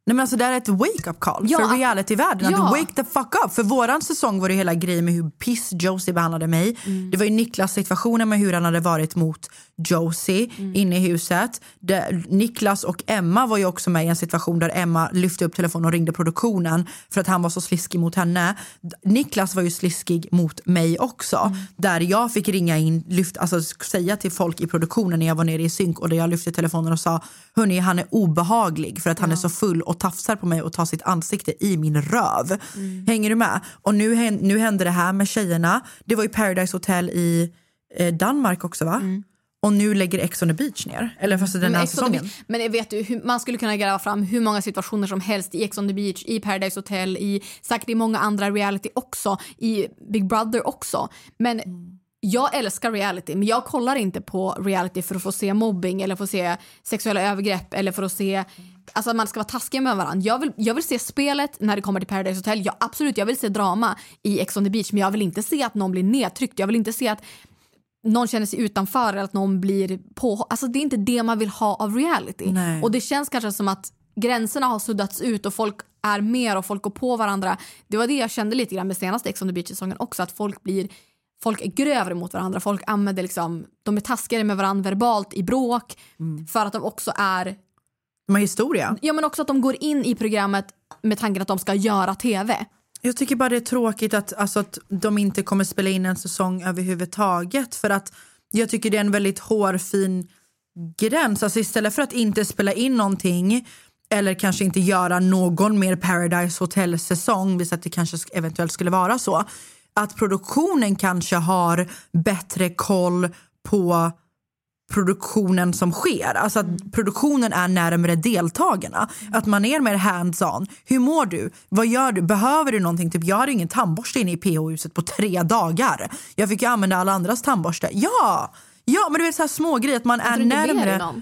Nej, men alltså det är ett wake-up call Ja, för reality-världen. ja. Att wake the fuck up. För våran säsong var det hela grejen med hur piss Josie behandlade mig. Mm. Det var ju Niklas situationen med hur han hade varit mot Josie mm. inne i huset. Det, Niklas och Emma var ju också med i en situation där Emma lyfte upp telefonen och ringde produktionen för att han var så sliskig mot henne. Niklas var ju sliskig mot mig också. Mm. Där jag fick ringa in, lyft, alltså säga till folk i produktionen när jag var nere i synk och där jag lyfte telefonen och sa, hörni, han är obehaglig för att han ja. är så full och tafsar på mig och tar sitt ansikte i min röv. Mm. Hänger du med? Och nu, nu händer det här med tjejerna. Det var ju Paradise Hotel i eh, Danmark också, va? Mm. Och nu lägger Ex on the Beach ner. Eller fast den här säsongen. Men vet du, hur, man skulle kunna gräva fram hur många situationer som helst i Ex on the Beach, i Paradise Hotel, i säkert i många andra reality också, i Big Brother också. Men mm. jag älskar reality, men jag kollar inte på reality för att få se mobbing eller få se sexuella övergrepp eller för att se alltså att man ska vara taskig med varandra. Jag vill, jag vill se spelet när det kommer till Paradise Hotel. Ja, absolut, jag vill se drama i Ex on the Beach, men jag vill inte se att någon blir nedtryckt. Jag vill inte se att någon känner sig utanför eller att någon blir på. Alltså det är inte det man vill ha av reality. Nej. Och det känns kanske som att gränserna har suddats ut och folk är mer och folk går på varandra. Det var det jag kände lite grann med senaste Ex on the Beach-säsongen också, att folk blir folk är grövre mot varandra. Folk använder liksom, de är taskigare med varandra verbalt i bråk mm. för att de också är med historia. Ja, men också att de går in i programmet med tanken att de ska göra tv. Jag tycker bara det är tråkigt att, alltså, att de inte kommer spela in en säsong överhuvudtaget. För att jag tycker det är en väldigt hårfin gräns. Alltså istället för att inte spela in någonting eller kanske inte göra någon mer Paradise Hotel-säsong, visst att det kanske eventuellt skulle vara så, att produktionen kanske har bättre koll på produktionen som sker. Alltså att mm. produktionen är närmare deltagarna. Mm. Att man är mer hands-on. Hur mår du? Vad gör du? Behöver du någonting? Typ, jag hade ingen tandborste inne i P H-huset på tre dagar. Jag fick ju använda alla andras tandborste. Ja! Ja, men du vet så här små grejer att man är närmare.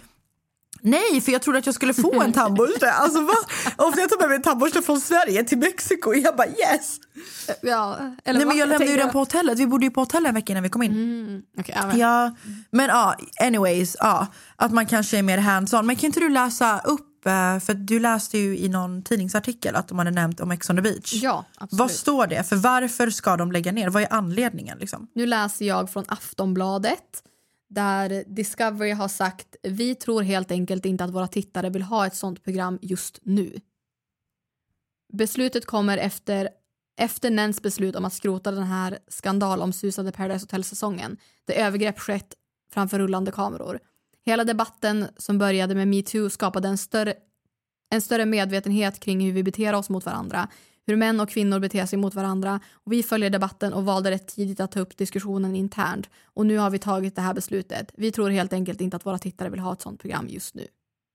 Nej, för jag trodde att jag skulle få en tandborste. Alltså va? Ofta jag tar med mig en tandborste från Sverige till Mexiko. Jag bara yes. Ja, eller nej, men jag lämnade ju den på hotellet. Vi bodde ju på hotellet en vecka innan vi kom in. Mm, okay, ja, men. ja, men ja, anyways, ja, att man kanske är mer hands-on. Men kan inte du läsa upp, för du läste ju i någon tidningsartikel att de hade nämnt om Ex on the Beach. Ja, absolut. Vad står det? För varför ska de lägga ner? Vad är anledningen liksom? Nu läser jag från Aftonbladet. Där Discovery har sagt, vi tror helt enkelt inte att våra tittare vill ha ett sånt program just nu. Beslutet kommer efter, efter Nens beslut om att skrota den här skandalomsusade Paradise Hotel-säsongen. Det övergrepp skett framför rullande kameror. Hela debatten som började med MeToo skapade en större, en större medvetenhet kring hur vi beter oss mot varandra. Hur män och kvinnor beter sig mot varandra. Och vi följer debatten och valde rätt tidigt att ta upp diskussionen internt. Och nu har vi tagit det här beslutet. Vi tror helt enkelt inte att våra tittare vill ha ett sånt program just nu.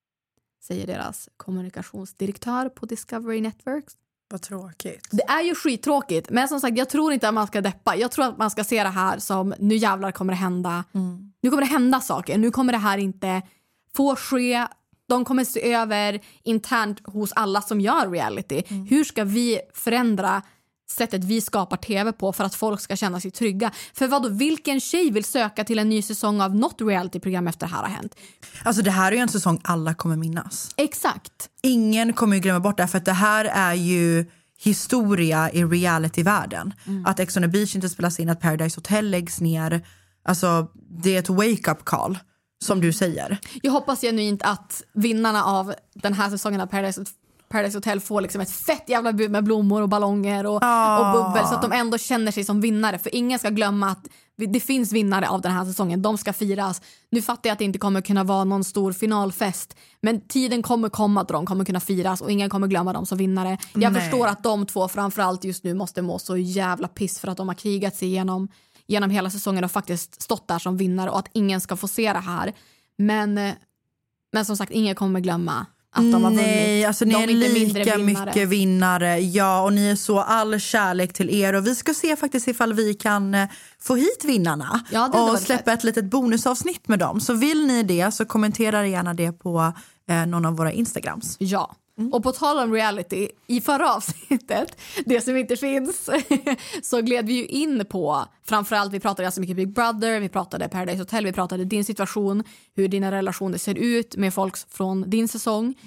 Säger deras kommunikationsdirektör på Discovery Networks. Vad tråkigt. Det är ju skittråkigt. Men som sagt, jag tror inte att man ska deppa. Jag tror att man ska se det här som, nu jävlar kommer det hända. Mm. Nu kommer det hända saker. Nu kommer det här inte få ske. De kommer se över internt hos alla som gör reality. Mm. Hur ska vi förändra sättet vi skapar tv på för att folk ska känna sig trygga? För vad då, vilken tjej vill söka till en ny säsong av något reality-program efter det här har hänt? Alltså det här är ju en säsong alla kommer minnas. Exakt. Ingen kommer ju glömma bort det, för att det här är ju historia i reality-världen. Mm. Att Ex on the Beach inte spelas in, att Paradise Hotel läggs ner. Alltså det är ett wake-up call. Som du säger. Jag hoppas genuint att vinnarna av den här säsongen av Paradise, Paradise Hotel får liksom ett fett jävla bud med blommor och ballonger och, ah. och bubbel. Så att de ändå känner sig som vinnare. För ingen ska glömma att det finns vinnare av den här säsongen. De ska firas. Nu fattar jag att det inte kommer kunna vara någon stor finalfest. Men tiden kommer komma att de kommer kunna firas. Och ingen kommer glömma dem som vinnare. Jag Nej. förstår att de två framförallt just nu måste må så jävla piss. För att de har krigat sig igenom genom hela säsongen och faktiskt stått där som vinnare, och att ingen ska få se det här. Men, men som sagt, ingen kommer glömma att de har vunnit. Nej, alltså ni de är, är lika vinnare. mycket vinnare. Ja, och ni är så all kärlek till er. Och vi ska se faktiskt ifall vi kan få hit vinnarna. Ja, det och släppa fett. ett litet bonusavsnitt med dem. Så vill ni det så kommentera gärna det på eh, någon av våra Instagrams. Ja. Mm. Och på tal om reality, i förra avsnittet, det som inte finns, så gled vi ju in på, framförallt vi pratade ganska mycket Big Brother, vi pratade Paradise Hotel, vi pratade din situation, hur dina relationer ser ut med folk från din säsong. Mm.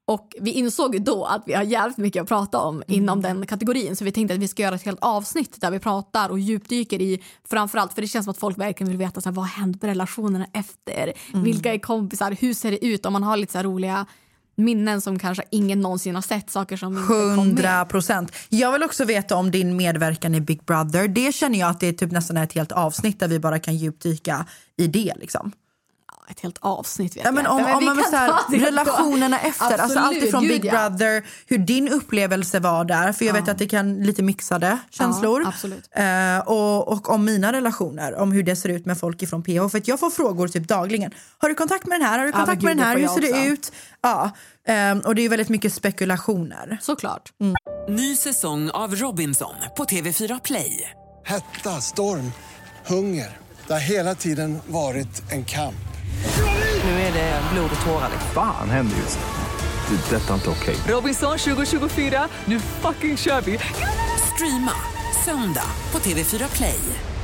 Och vi insåg ju då att vi har jävligt mycket att prata om mm. inom den kategorin. Så vi tänkte att vi ska göra ett helt avsnitt där vi pratar och djupdyker i framförallt, för det känns som att folk verkligen vill veta så här, vad händer med relationerna efter? Mm. Vilka är kompisar? Hur ser det ut? Om man har lite så här roliga minnen som kanske ingen någonsin har sett, saker som inte kom med. hundra procent. Jag vill också veta om din medverkan i Big Brother. Det känner jag att det är typ nästan ett helt avsnitt där vi bara kan djupdyka i det liksom. Ett helt avsnitt vet ja, men jag om, men om man vill säga relationerna efter, absolut, alltså allt ifrån gud, Big ja. Brother, hur din upplevelse var där, för jag ja. vet att det kan lite mixade känslor. Ja, absolut. Eh, och, och om mina relationer, om hur det ser ut med folk ifrån P H, för att jag får frågor typ dagligen. Har du kontakt med den här? Har du kontakt ja, med gud, den här? Hur ser det också ut? Ja, eh, och det är väldigt mycket spekulationer. Såklart. Mm. Ny säsong av Robinson på T V fyra Play. Hetta, storm, hunger. Det har hela tiden varit en kamp. Nu är det blod och tårar. Fan händer just det. Det är detta inte okej. Robinson tjugo tjugofyra, nu fucking kör vi. Streama söndag på T V fyra Play.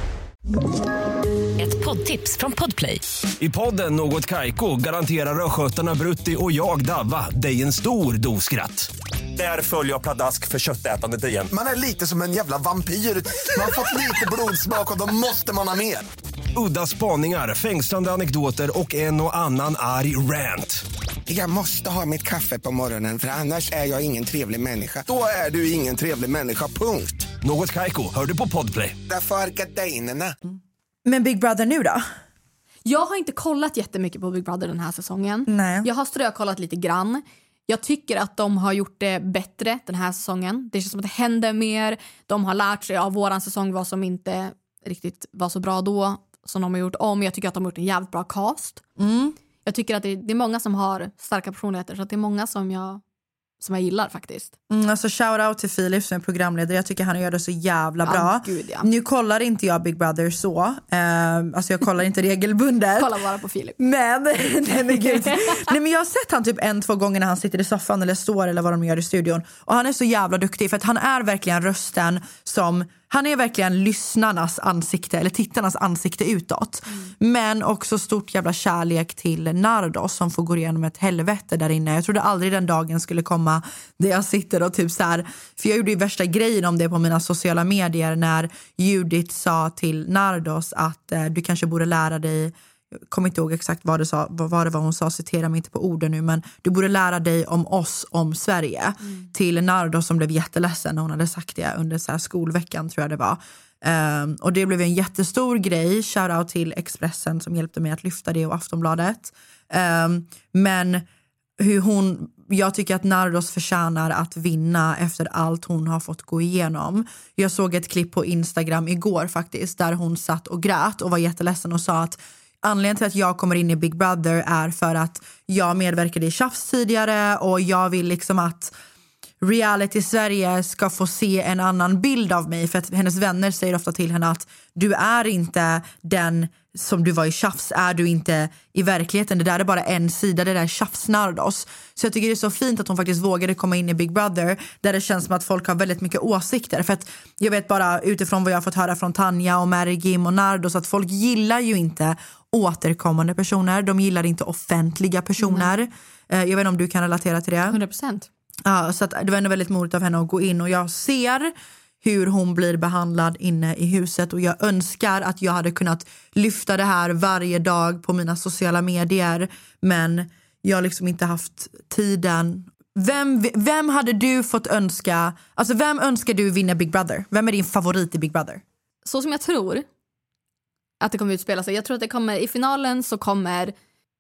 Ett poddtips från Podplay. I podden Något Kaiko garanterar öskötarna Brutti och jag Davva dig en stor doskratt. Där följer jag pladask för köttätandet igen. Man är lite som en jävla vampyr. Man har fått lite blodsmak och då måste man ha mer. Udda spaningar, fängslande anekdoter och en och annan arg rant. Jag måste ha mitt kaffe på morgonen för annars är jag ingen trevlig människa. Då är du ingen trevlig människa, punkt. Något Kaiko, hör du på Podplay. Därför är gardinerna. Men Big Brother nu då? Jag har inte kollat jättemycket på Big Brother den här säsongen. Nej. Jag har strökollat lite grann. Jag tycker att de har gjort det bättre den här säsongen. Det känns som att det händer mer. De har lärt sig av våran säsong vad som inte riktigt var så bra då, som de har gjort om. Jag tycker att de har gjort en jävligt bra cast. Mm. Jag tycker att det, det är många som har starka personligheter, så att det är många som jag, som jag gillar faktiskt. Mm, alltså shout out till Filip som är programledare. Jag tycker han gör det så jävla bra. Ja, gud, ja. Nu kollar inte jag Big Brother så. Uh, alltså jag kollar inte regelbundet. Kolla bara på Filip. Men, nej, men gud. nej, men jag har sett han typ en, två gånger när han sitter i soffan eller står eller vad de gör i studion. Och han är så jävla duktig för att han är verkligen rösten som... Han är verkligen lyssnarnas ansikte, eller tittarnas ansikte utåt. Mm. Men också stort jävla kärlek till Nardos som får gå igenom ett helvete där inne. Jag trodde aldrig den dagen skulle komma där jag sitter och typ så här... För jag gjorde ju värsta grejen om det på mina sociala medier när Judith sa till Nardos att eh, du kanske borde lära dig... Jag kommer inte ihåg exakt vad det, sa, vad det var hon sa, citera mig inte på orden nu, men du borde lära dig om oss, om Sverige. Mm. Till Nardo som blev jätteledsen när hon hade sagt det under så här skolveckan tror jag det var. Um, och det blev en jättestor grej. Shoutout till Expressen som hjälpte mig att lyfta det och Aftonbladet. Um, men hur hon... Jag tycker att Nardos förtjänar att vinna efter allt hon har fått gå igenom. Jag såg ett klipp på Instagram igår faktiskt där hon satt och grät och var jätteledsen och sa att anledningen till att jag kommer in i Big Brother är för att jag medverkade i Tjafs tidigare och jag vill liksom att reality Sverige ska få se en annan bild av mig, för att hennes vänner säger ofta till henne att du är inte den som du var i Tjafs, är du inte i verkligheten, det där är bara en sida, det där är Tjafs-Nardos. Så jag tycker det är så fint att hon faktiskt vågade komma in i Big Brother där det känns som att folk har väldigt mycket åsikter, för att jag vet bara utifrån vad jag har fått höra från Tanja och Mergim och Nardos att folk gillar ju inte återkommande personer, de gillar inte offentliga personer. Mm. Jag vet inte om du kan relatera till det. hundra procent. Ja, så att det var ändå väldigt modigt av henne att gå in och jag ser hur hon blir behandlad inne i huset och jag önskar att jag hade kunnat lyfta det här varje dag på mina sociala medier, men jag har liksom inte haft tiden. Vem, vem hade du fått önska, alltså vem önskar du vinna Big Brother? Vem är din favorit i Big Brother? Så som jag tror att det kommer utspela sig. Jag tror att det kommer i finalen så kommer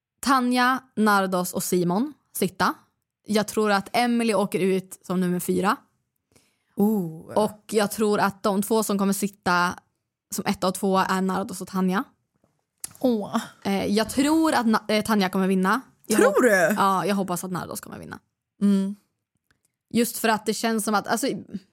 Tanja, Nardos och Simon sitta. Jag tror att Emily åker ut som nummer fyra. Oh. Och jag tror att de två som kommer sitta som ett och två är Nardos och Tanja. Oh. Eh, jag tror att Na- eh, Tanja kommer vinna. Jag tror hop- du? Ja, jag hoppas att Nardos kommer vinna. Mm. Just för att det känns som att... Alltså,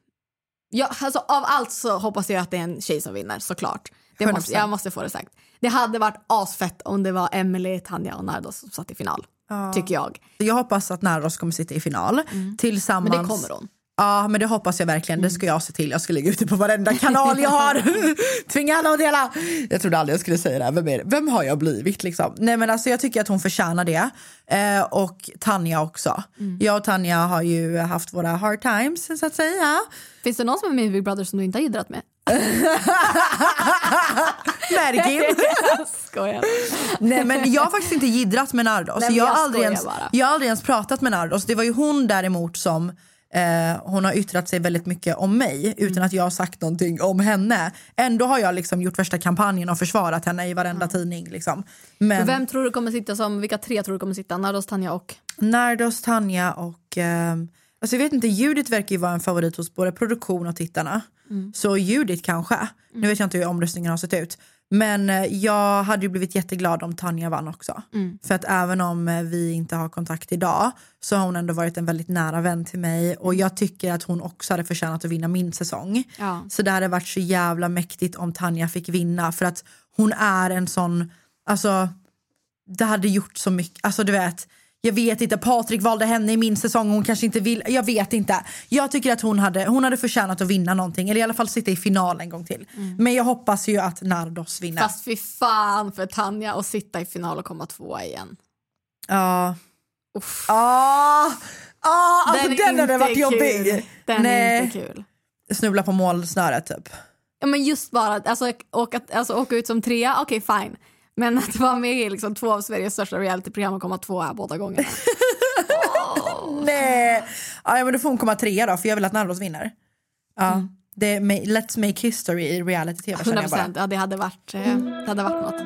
ja, alltså, av allt så hoppas jag att det är en tjej som vinner, såklart. Det måste, jag måste få det sagt. Det hade varit asfett om det var Emily, Tanja och Nardos som satt i final. Ja. Tycker jag. Jag hoppas att Nardos kommer sitta i final. Mm. Tillsammans... Men det kommer hon. Ja, men det hoppas jag verkligen. Det ska jag se till. Jag ska lägga ut det på varenda kanal jag har. Tvinga alla att dela. Jag trodde aldrig jag skulle säga det här. Vem, är det? Vem har jag blivit liksom? Nej, men alltså jag tycker att hon förtjänar det. Eh, och Tanja också. Mm. Jag och Tanja har ju haft våra hard times, så att säga. Finns det någon som är med i Big Brother som du inte har idrat med? Märkim. Jag skojar. Nej, men jag har faktiskt inte gidrat med Nardos. Nej, jag, jag, har aldrig ens, bara. jag har aldrig ens pratat med Nardos. Det var ju hon däremot som eh, hon har yttrat sig väldigt mycket om mig utan att jag har sagt någonting om henne. Ändå har jag liksom gjort värsta kampanjen och försvarat henne i varenda mm. tidning liksom. Men vem tror du kommer sitta som, vilka tre tror du kommer sitta? Nardos, Tanja och? Nardos, Tanja och eh, alltså jag vet inte, Judith verkar ju vara en favorit hos både produktion och tittarna. Mm. Så Judith kanske. Mm. Nu vet jag inte hur omröstningen har sett ut. Men jag hade ju blivit jätteglad om Tanja vann också. Mm. För att även om vi inte har kontakt idag så har hon ändå varit en väldigt nära vän till mig. Och jag tycker att hon också hade förtjänat att vinna min säsong. Ja. Så det hade varit så jävla mäktigt om Tanja fick vinna. För att hon är en sån, alltså det hade gjort så mycket, alltså du vet. Jag vet inte, Patrik valde henne i min säsong. Hon kanske inte vill, jag vet inte. Jag tycker att hon hade, hon hade förtjänat att vinna någonting. Eller i alla fall sitta i final en gång till. Mm. Men jag hoppas ju att Nardos vinner. Fast fy fan för Tanja att sitta i final och komma tvåa igen. Ja. Uff. Ja. Ja, alltså den, den hade varit jobbig. Den Nej. är inte kul. Snubbla på målsnöret typ. Ja, men just bara, alltså åka, alltså, åka ut som trea, okej okay, fine. Men att vara med i liksom två av Sveriges största realityprogram och komma två här båda gångerna. Oh. Nej. Ja, men då får hon komma trea då, för jag vill att Nardos vinner. Ja, mm. det, let's make history i reality-tv. hundra procent, ja det hade varit, det hade varit något.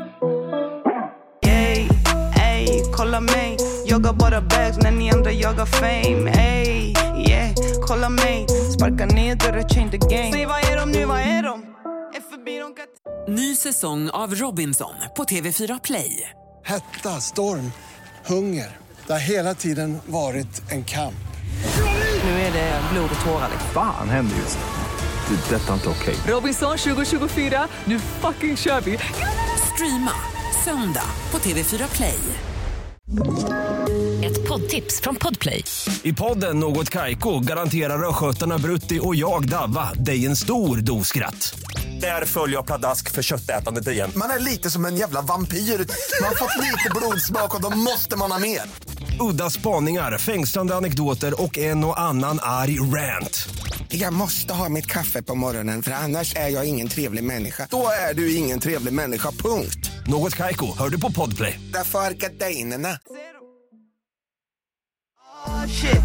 Ey, ey, kolla mig. Jag har bara bags när ni andra jagar fame. Ey, yeah, kolla mig. Sparka ner dörrar, change the game. Säg vad är de nu, vad är de? Ny säsong av Robinson på T V fyra Play. Hetta, storm, hunger. Det har hela tiden varit en kamp. Nu är det blod och tårar. Fan händer just det. Det är detta inte okej. Robinson tjugo tjugofyra, nu fucking kör vi. Streama söndag på T V fyra Play. Ett poddtips från Podplay. I podden Något Kaiko garanterar röskötarna Brutti och jag Davva dig en stor doskratt. Där följer jag pladask för köttätandet igen. Man är lite som en jävla vampyr. Man har fått lite blodsmak och då måste man ha mer. Udda spaningar, fängslande anekdoter och en och annan arg rant. Jag måste ha mitt kaffe på morgonen för annars är jag ingen trevlig människa. Då är du ingen trevlig människa, punkt. Något Kaiko, hör du på Podplay. Därför är gardinerna. Oh, shit.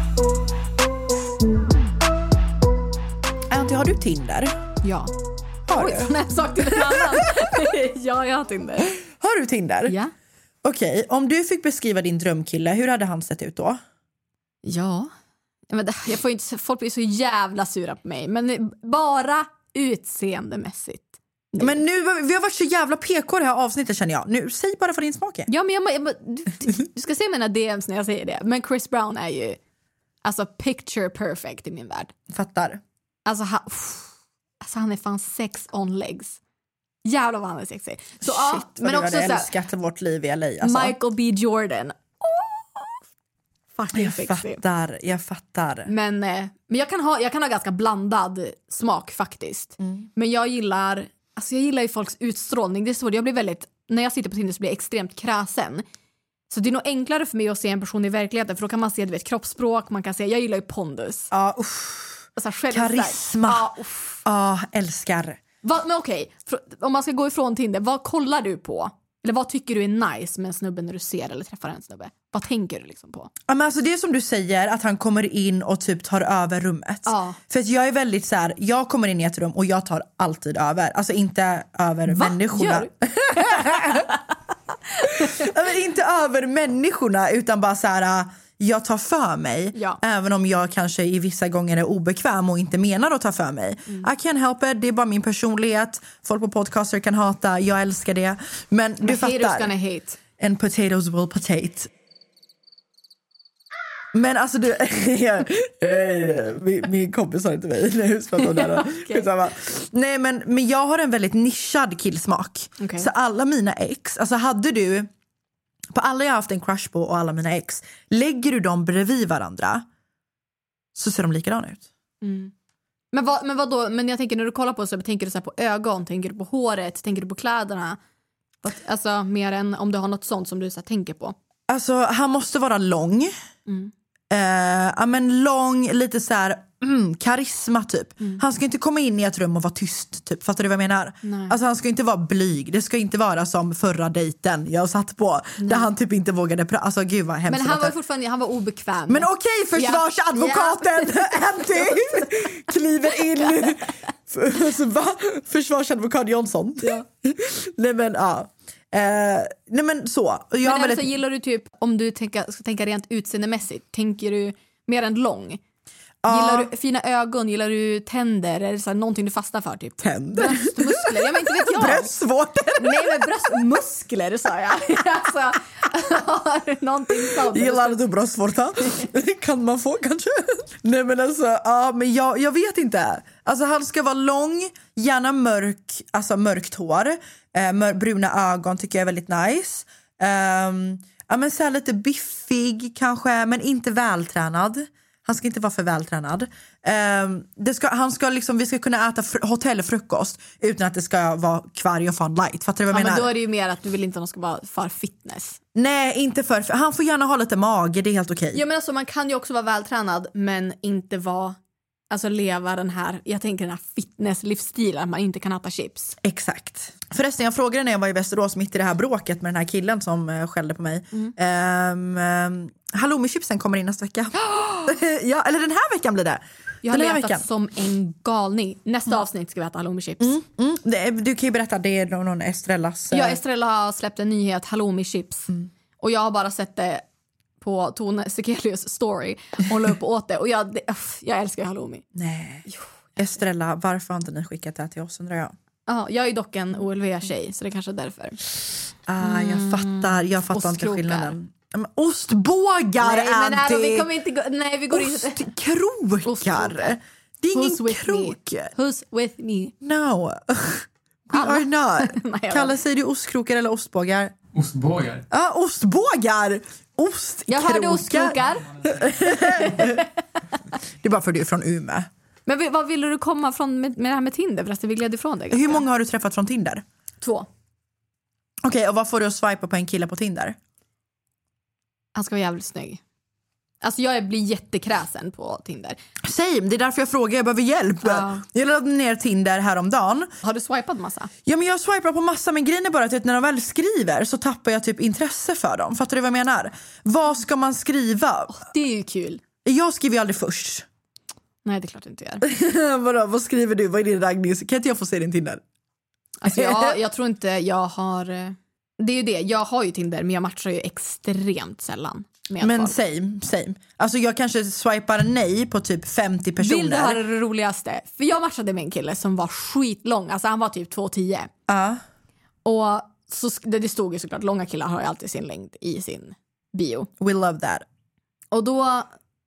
Anty, har du Tinder? Ja. Har Oj, du? Nej, sak till en annan. Ja, jag har Tinder. Har du Tinder? Ja. Okej, okay, om du fick beskriva din drömkille, hur hade han sett ut då? Ja. Men jag får inte, folk blir så jävla sura på mig. Men bara utseendemässigt. Nu. Men nu, vi har varit så jävla P K det här avsnittet känner jag. Nu, säg bara för din smak. Ja, men jag, jag, du, du ska se mina D Ms när jag säger det. Men Chris Brown är ju alltså picture perfect i min värld. Fattar. Alltså, ha, alltså han är fan sex on legs. Jävlar vad han är sexig. Så, shit, ja, men också jag älskat vårt liv i L A alltså. Michael B. Jordan. Oh, jag fattar, jag fattar. Men, eh, men jag, kan ha, jag kan ha ganska blandad smak faktiskt. Mm. Men jag gillar, alltså jag gillar ju folks utstrålning. Det är så, jag blir väldigt, när jag sitter på Tinder så blir jag extremt kräsen. Så det är nog enklare för mig att se en person i verkligheten. För då kan man se, du vet, kroppsspråk. Man kan se, jag gillar ju pondus. Ja, uff. Alltså, karisma. Ja, uff. Ja, älskar. Va, men okej, om man ska gå ifrån Tinder, vad kollar du på? Eller vad tycker du är nice med en snubbe när du ser eller träffar en snubbe? Vad tänker du liksom på? Ja, men alltså det är som du säger, att han kommer in och typ tar över rummet. Ja. För att jag är väldigt så här, jag kommer in i ett rum och jag tar alltid över. Alltså inte över Va? människorna. Gör du? Men inte över människorna utan bara så här, jag tar för mig. Ja. Även om jag kanske i vissa gånger är obekväm och inte menar att ta för mig. Mm. I can't help it, det är bara min personlighet. Folk på podcaster kan hata, jag älskar det. Men du But fattar. Gonna hate. And potatoes will potate. Men alltså du min, min kompis sa det till mig när okay. Nej men, men jag har en väldigt nischad killsmak. Okay. Så alla mina ex, alltså hade du på alla jag har haft en crush på och alla mina ex, lägger du dem bredvid varandra så ser de likadana ut. Mm. Men, vad, men vad då? Men jag tänker när du kollar på så tänker du så här på ögon, tänker du på håret, tänker du på kläderna? Alltså mer än om du har något sånt som du så här tänker på. Alltså han måste vara lång. Mm. Eh, ja, men lång, lite så här mm, karisma typ. Mm. Han ska inte komma in i ett rum och vara tyst typ. Fattar du vad jag menar? Nej. Alltså han ska inte vara blyg. Det ska inte vara som förra dejten jag satt på. Nej. Där han typ inte vågade prata. Alltså gud vad hemskt. Men han var fortfarande, han var obekväm. Men okej, försvarsadvokaten ja. Anty kliver in. Alltså, va? Försvarsadvokat Jonsson. Ja. Nej men ja. Uh, nej men så jag men väldigt... alltså, gillar du typ om du tänka, ska tänka rent utseendemässigt, tänker du mer än lång? Uh. Gillar du fina ögon, gillar du tänder, är det så här, någonting du fastnar för typ? Tänder? Bröstmuskler, jag men inte vet jag. Bröstvårtor? Nej men bröstmuskler sa jag. Alltså, har du någonting sånt? Gillar du bröstvårta? Kan man få kanske? Nej men alltså, ja men jag, jag vet inte. Alltså han ska vara lång, gärna mörk, alltså mörkt hår, eh, mör, bruna ögon tycker jag är väldigt nice. Um, ja men så här lite biffig kanske, men inte vältränad. Han ska inte vara för vältränad. Um, det ska, han ska liksom, vi ska kunna äta fr- hotellfrukost utan att det ska vara kvarg och fun light. Fattar du vad jag ja, menar? Men då är det ju mer att du vill inte att de ska vara för fitness. Nej, inte för, för han får gärna ha lite mage, det är helt okej. Ja men alltså man kan ju också vara vältränad men inte vara, alltså leva den här, jag tänker den här fitness-livsstilen, att man inte kan äta chips. Exakt. Förresten, jag frågade när jag var i Västerås mitt i det här bråket med den här killen som uh, skällde på mig. Mm. Um, um, halloumi-chipsen kommer in nästa vecka. Ja, eller den här veckan blir det. Jag har den här letat veckan. som en galning. Nästa mm. avsnitt ska vi äta halloumi-chips. Mm, mm. Det, du kan ju berätta, det är någon Estrellas... Uh... Ja, Estrella har släppt en nyhet, halloumi-chips. Mm. Och jag har bara sett det på Tone Sekelius story. Hon la upp åt det. Och jag, det, öff, jag älskar halloumi. Nej. Jo. Estrella, varför har inte ni skickat det här till oss, undrar jag? Ja, jag är dock en O L V-tjej, så det är kanske är därför. Ah, jag Mm. fattar, jag fattar Ostkrokar. inte skillnaden. Men ostbågar, nej, men Anty! nej, vi kommer inte gå, nej, vi går Ostkrokar! Ostkrokar. Det är ingen Who's with krok. Me? Who's with me? No. We are not. Nej, Kalle, säger du ostkrokar eller ostbågar? Ostbågar. Ja, ah, ostbågar! Ostkrokar. Jag hörde ostkrokar. Det är bara för att du är från Umeå. Men vad ville du komma från med, med det här med Tinder? Förresten, vi gled ifrån det. Hur många har du träffat från Tinder? Två. Okej, okay, och vad får du att swipa på en kille på Tinder? Han ska vara jävligt snygg. Alltså jag blir jättekräsen på Tinder. Same, det är därför jag frågar, jag behöver hjälp. Ja. Jag laddade ner Tinder häromdagen. Har du swipat massa? Ja, men jag swipar på massa, men grejen är bara att när de väl skriver så tappar jag typ intresse för dem. Fattar du vad jag menar? Vad ska man skriva? Oh, det är ju kul. Jag skriver ju aldrig först. Nej, det är klart du inte gör. Vadå, vad skriver du? Vad är din raggning? Kan inte jag få se din Tinder? Alltså jag, jag tror inte jag har... Det är ju det, jag har ju Tinder men jag matchar ju extremt sällan med men folk. same, same. Alltså jag kanske swipar nej på typ femtio personer. Vill du höra det roligaste? För jag matchade med en kille som var skitlång. Alltså han var typ två tio. Ja. Uh. Och så, det, det stod ju såklart, långa killar har ju alltid sin längd i sin bio. We love that. Och då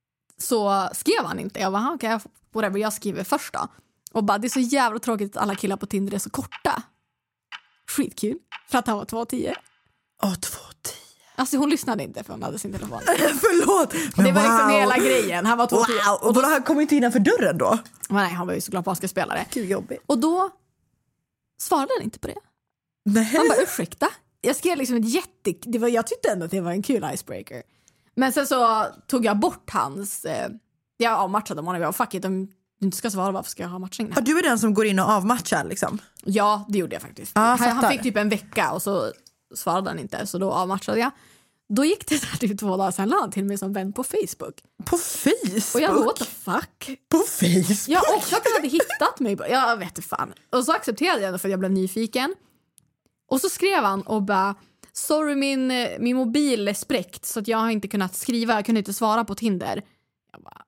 så skrev han inte. Jag bara, okej, okay, whatever, jag skriver först då. Och bara, det är så jävla tråkigt att alla killar på Tinder är så korta. Skitkul. För att han var två tio. Åh, två tio. Alltså hon lyssnade inte för hon hade sin telefon. Förlåt. Men det var wow. liksom hela grejen. Han var två tio. Wow. Och då han kom inte innanför dörren då? Nej, han var ju såklart basketspelare. Gud, jobbigt. Och då svarade han inte på det. Nej. Han bara, ursäkta. Jag skrev liksom ett jätte... Det var, jag tyckte ändå att det var en kul icebreaker. Men sen så tog jag bort hans... Eh, jag avmatchade dem och jag var fuck it, om du inte ska svara, varför ska jag ha matchning? Ja, du är den som går in och avmatchar liksom? Ja, det gjorde jag faktiskt. Ah, han, han fick typ en vecka och så svarade han inte, så då avmatchade jag. Då gick det så här typ två dagar sen lade han till mig som vän på Facebook. På Facebook? Och jag bara, what the fuck? På Facebook? Ja, och så han hade hittat mig. Jag vet inte fan. Och så accepterade jag det för att jag blev nyfiken. Och så skrev han och bara, sorry min, min mobil är spräckt så att jag har inte kunnat skriva, jag kunde inte svara på Tinder. Jag bara,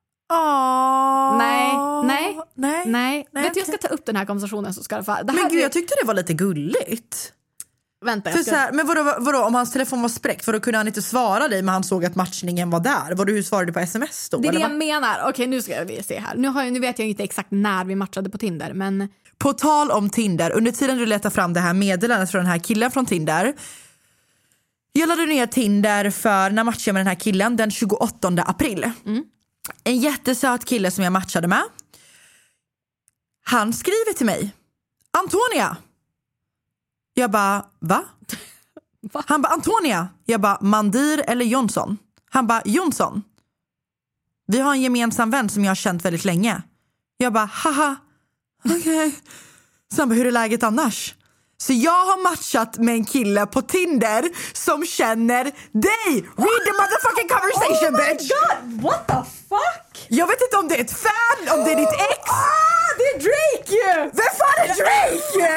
Åh, nej, nej, nej, nej. nej. Vet du, jag ska ta upp den här konversationen så ska det, det här men gud, är... jag tyckte det var lite gulligt. Vänta, för jag ska... så här, men vadå, vadå, om hans telefon var spräckt, för då kunde han inte svara dig, men han såg att matchningen var där. Var du, hur svarade du på sms då? Det är det eller jag vad? menar. Okej, nu ska vi se här. Nu, har jag, nu vet jag inte exakt när vi matchade på Tinder, men... På tal om Tinder, under tiden du letar fram det här meddelandet från den här killen från Tinder. Jag laddade ner Tinder för när matchade jag med den här killen den tjugoåttonde april. Mm. En jättesöt kille som jag matchade med. Han skriver till mig: Antonia. Jag bara, va? va? Han bara, Antonia. Jag bara, Mandir eller Jonsson? Han bara, Jonsson. Vi har en gemensam vän som jag har känt väldigt länge. Jag bara, haha. Okej. Okay. Så han bara, hur är läget annars? Så jag har matchat med en kille på Tinder som känner dig. Read the motherfucking conversation, oh bitch. God, what the fuck? Jag vet inte om det är ett fan, om det är ditt ex. Ah, det är Drake. Vem fan är Drake?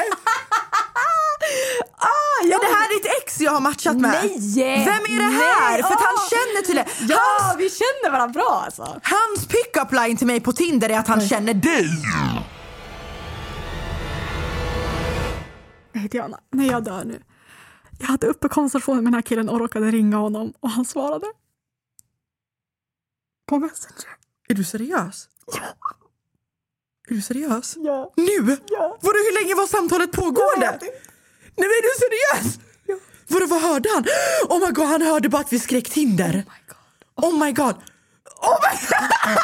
Ah, ja, det här är ditt ex jag har matchat med. Nej. Vem är det här? Nej. För att han Oh. känner till det. Ja, hans, vi känner varandra bra alltså. Hans pick-up line till mig på Tinder är att han Nej. känner dig. Nej, Diana, när jag dör nu. Jag hade uppe konversation med den här killen och råkade ringa honom och han svarade. På Messenger. Är du seriös? Ja. Är du seriös? Ja. Nu? Ja. Vadå, hur länge var samtalet pågående? Ja. Nej, men är du seriös? Ja. Vadå, vad hörde han? Oh my god, han hörde bara att vi skrek Tinder. Oh my god. Oh my god. Oh my god.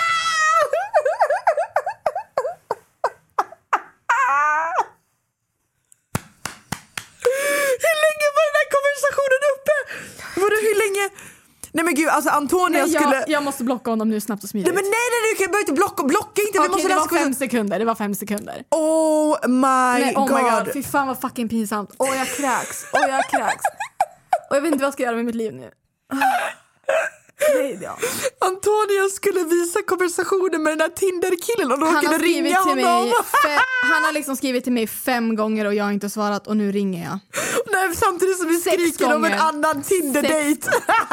Hur länge var den här konversationen uppe? Vadå, hur länge? Nej men gud, alltså Antonia nej, jag, skulle... jag måste blocka honom nu snabbt och smidigt. Nej men nej, nej, du kan bara inte blocka, blocka inte. Okej, Vi måste det var läsa... fem sekunder, det var fem sekunder. Oh my nej, oh god. my god, fy fan vad fucking pinsamt. Åh, oh, jag kräks, åh oh, jag kräks. Och jag vet inte vad jag ska göra med mitt liv nu. Nej, ja. Antonia skulle visa konversationen med den här Tinder-killen och råkade han ringa till honom. Mig fe- han har liksom skrivit till mig fem gånger och jag har inte svarat och nu ringer jag. Nej, samtidigt som vi Sex skriker gånger. om en annan Tinder-date.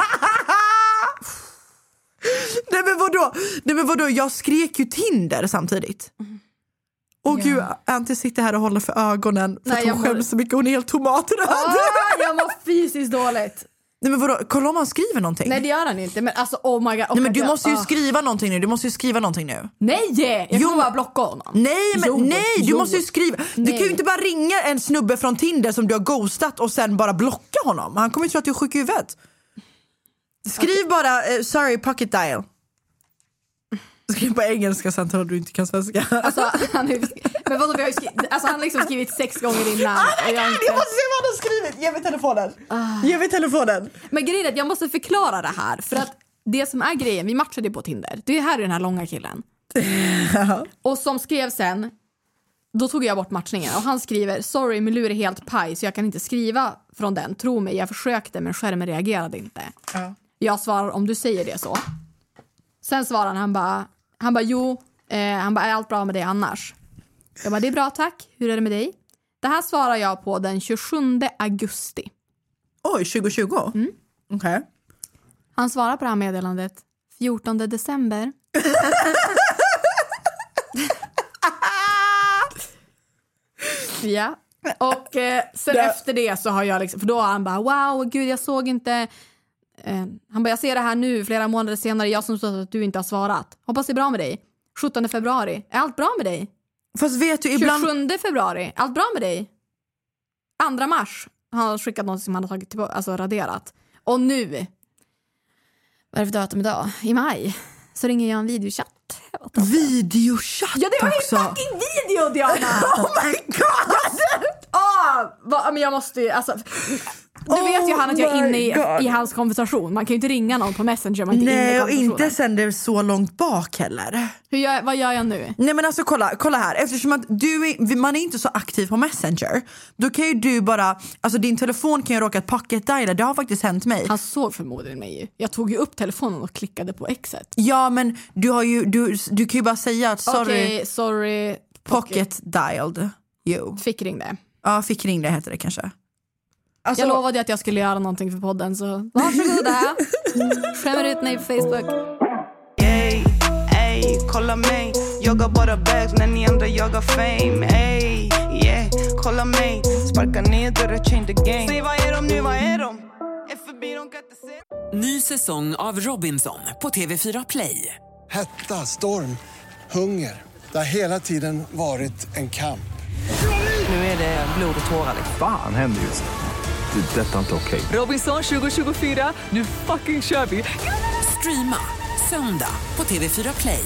Nej men vadå? Nej men vadå? Jag skrek ju Tinder samtidigt. Mm. Och ja. Gud, Antti sitter här och håller för ögonen för Nej, att hon mår... skäms så mycket. Hon är helt tomatröd. Ah, jag mår fysiskt dåligt. Nej men vadå, kolla om han skriver någonting. Nej det gör han inte, men alltså oh my god. Nej men du jag, måste ju ah. skriva någonting nu, du måste ju skriva någonting nu. Nej, jag kommer bara blocka honom. Nej men jo, nej, du jo. måste ju skriva. Nej. Du kan ju inte bara ringa en snubbe från Tinder som du har ghostat och sen bara blocka honom. Han kommer ju tro att du är sjuk i huvudet. Skriv okay. bara, uh, sorry, pocket dial. Skriv på engelska sen tror du inte kan svenska. Alltså han har men vadå, vi har ju skrivit, alltså han har liksom skrivit sex gånger innan. Ah, nej, jag, inte... jag måste se vad han har skrivit. Ge mig telefonen. Ah. Ge mig telefonen. Men grejen är att jag måste förklara det här. För att det som är grejen, vi matchade på Tinder. Det är här den här långa killen. Och som skrev sen, då tog jag bort matchningen. Och han skriver, sorry min lur är helt paj så jag kan inte skriva från den. Tro mig, jag försökte men skärmen reagerade inte. Uh. Jag svarar om du säger det så. Sen svarar han, han bara, han bara jo, eh, han bara är allt bra med dig annars? Jag bara det är bra tack, hur är det med dig? Det här svarar jag på den tjugosjunde augusti. Oj, tjugo tjugo? Mm. Okej. Okay. Han svarar på det här meddelandet fjortonde december. Ja. Och eh, sen det... efter det så har jag liksom, för då har han bara wow, gud jag såg inte. Eh, han bara jag ser det här nu flera månader senare, jag som sa att du inte har svarat. Hoppas det är bra med dig. sjuttonde februari, är allt bra med dig? Fast vet du ibland... tjugosjunde februari, allt bra med dig? andra mars, han har skickat något som han har tagit tillbaka, alltså raderat. Och nu, vad är det för datum idag? I maj, så ringer jag en videochatt. Videochatt också? Ja, det var en fucking video, Diana! Oh my god! Ah, va, men jag måste ju, alltså... Du oh vet ju han att jag är inne i, i hans konversation. Man kan ju inte ringa någon på Messenger man inte nej, inne i och inte sen det är så långt bak heller. Hur gör, vad gör jag nu? Nej men alltså kolla, kolla här. Eftersom att du är, man är inte så aktiv på Messenger, då kan ju du bara, alltså din telefon kan ju råka ett pocket dialer. Det har faktiskt hänt mig. Han såg förmodligen mig ju. Jag tog ju upp telefonen och klickade på exet. Ja men du har ju, du, du kan ju bara säga att sorry, okay, sorry pocket, pocket dialed you. Fick ringde. Ja, fick ringde heter det kanske. Alltså, jag lovade att jag skulle göra någonting för podden, så varsågoda. Skämmer ut mig på Facebook. Ey, ey, kolla mig. Jagar bara bags när ni andra jagar fame. Ey, yeah, kolla mig. Sparka ner dörrar, change the game. Säg vad är de nu, vad är de? Är förbi, de kan inte se. Ny säsong av Robinson på T V fyra Play. Hetta, storm, hunger. Det har hela tiden varit en kamp. Nu är det blod och tårar. Fan händer just det. Det är detta inte okej. Robinson tjugo tjugofyra, nu fucking kör vi. Streama söndag på T V fyra Play.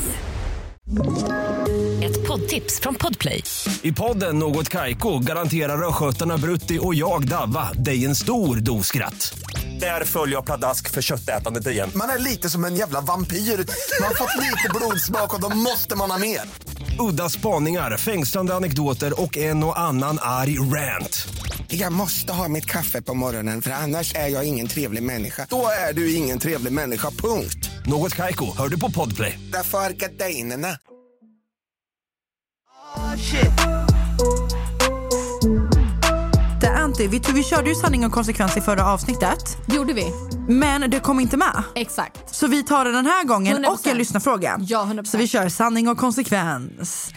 Ett poddtips från Podplay. I podden Något Kaiko garanterar röskötarna Brutti och jag Davva dig en stor doskratt. Där följer jag pladask för köttätandet igen. Man är lite som en jävla vampyr. Man har fått lite blodsmak och då måste man ha mer. Udda spaningar, fängslande anekdoter och en och annan arg rant. Jag måste ha mitt kaffe på morgonen för annars är jag ingen trevlig människa. Då är du ingen trevlig människa, punkt. Något Kaiko, hör du på Podplay. Därför är gardinerna. Oh, shit. Det är inte, vi, vi körde ju sanning och konsekvens i förra avsnittet. Gjorde vi. Men det kom inte med. Exakt. Så vi tar det den här gången hundra procent. och en lyssnarfråga. Ja, hundra procent. Så vi kör sanning och konsekvens.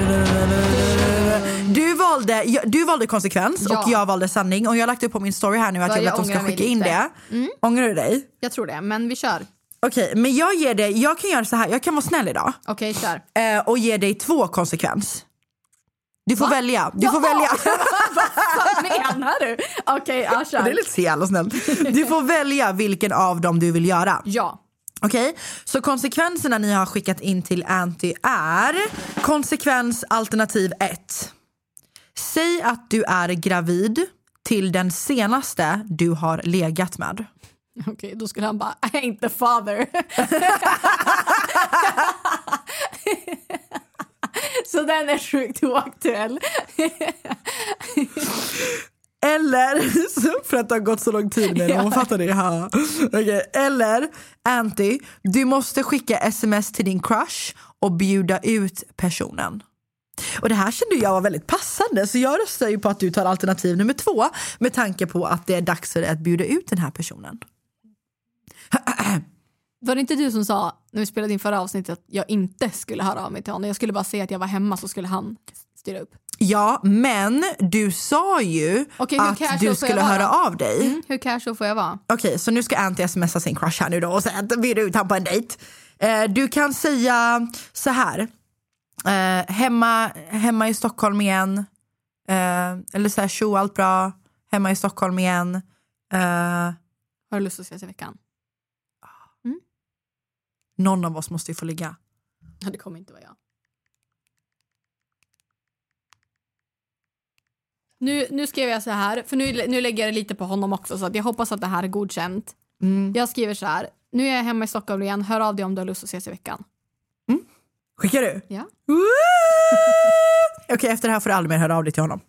Du valde, du valde konsekvens Ja. och jag valde sanning. Och jag har lagt upp på min story här nu att Ja, jag vill jag att de ska ångrar mig skicka in lite. det. Mm. Ångrar du dig? Jag tror det, men vi kör. Okej, men jag ger dig, jag kan göra så här, jag kan vara snäll idag. Okej, kör. Eh, och ge dig två konsekvens. Du får Va? välja, du får Jaha! välja. Vad menar du? Okej, ja, kör. Det är lite så jävla snällt. Du får välja vilken av dem du vill göra. Ja. Okej, så konsekvenserna ni har skickat in till Anty är konsekvens alternativ ett. Säg att du är gravid till den senaste du har legat med. Okej, då skulle han bara, I ain't the father. Så den är sjukt oaktuell. Eller, för att det har gått så lång tid med det, hon fattar det. Ja. Okay. Eller, Anty, du måste skicka sms till din crush och bjuda ut personen. Och det här kände jag var väldigt passande, så jag röstar ju på att du tar alternativ nummer två med tanke på att det är dags för dig att bjuda ut den här personen. Var det inte du som sa när vi spelade in förra avsnittet att jag inte skulle höra av mig till honom? Jag skulle bara säga att jag var hemma så skulle han styra upp. Ja, men du sa ju Okej, hur att casual du får skulle jag vara? höra av dig. Mm, hur casual får jag vara? Okej, så nu ska Anty smsa sin crush här nu då och säga att bjuda ut han på en dejt. Eh, du kan säga så här. Eh, hemma, hemma i Stockholm igen. Eh, eller så här, tjo, allt bra. Hemma i Stockholm igen. Eh, Har du lust att ses i veckan? Mm? någon av oss måste ju få ligga. Ja, det kommer inte vara jag. Nu, nu skrev jag så här, för nu, nu lägger jag det lite på honom också, så att jag hoppas att det här är godkänt. Mm. Jag skriver så här, nu är jag hemma i Stockholm igen, hör av dig om du har lust att ses i veckan. Mm. Skickar du? Ja. Okej, efter det här får du aldrig mer höra av dig till honom.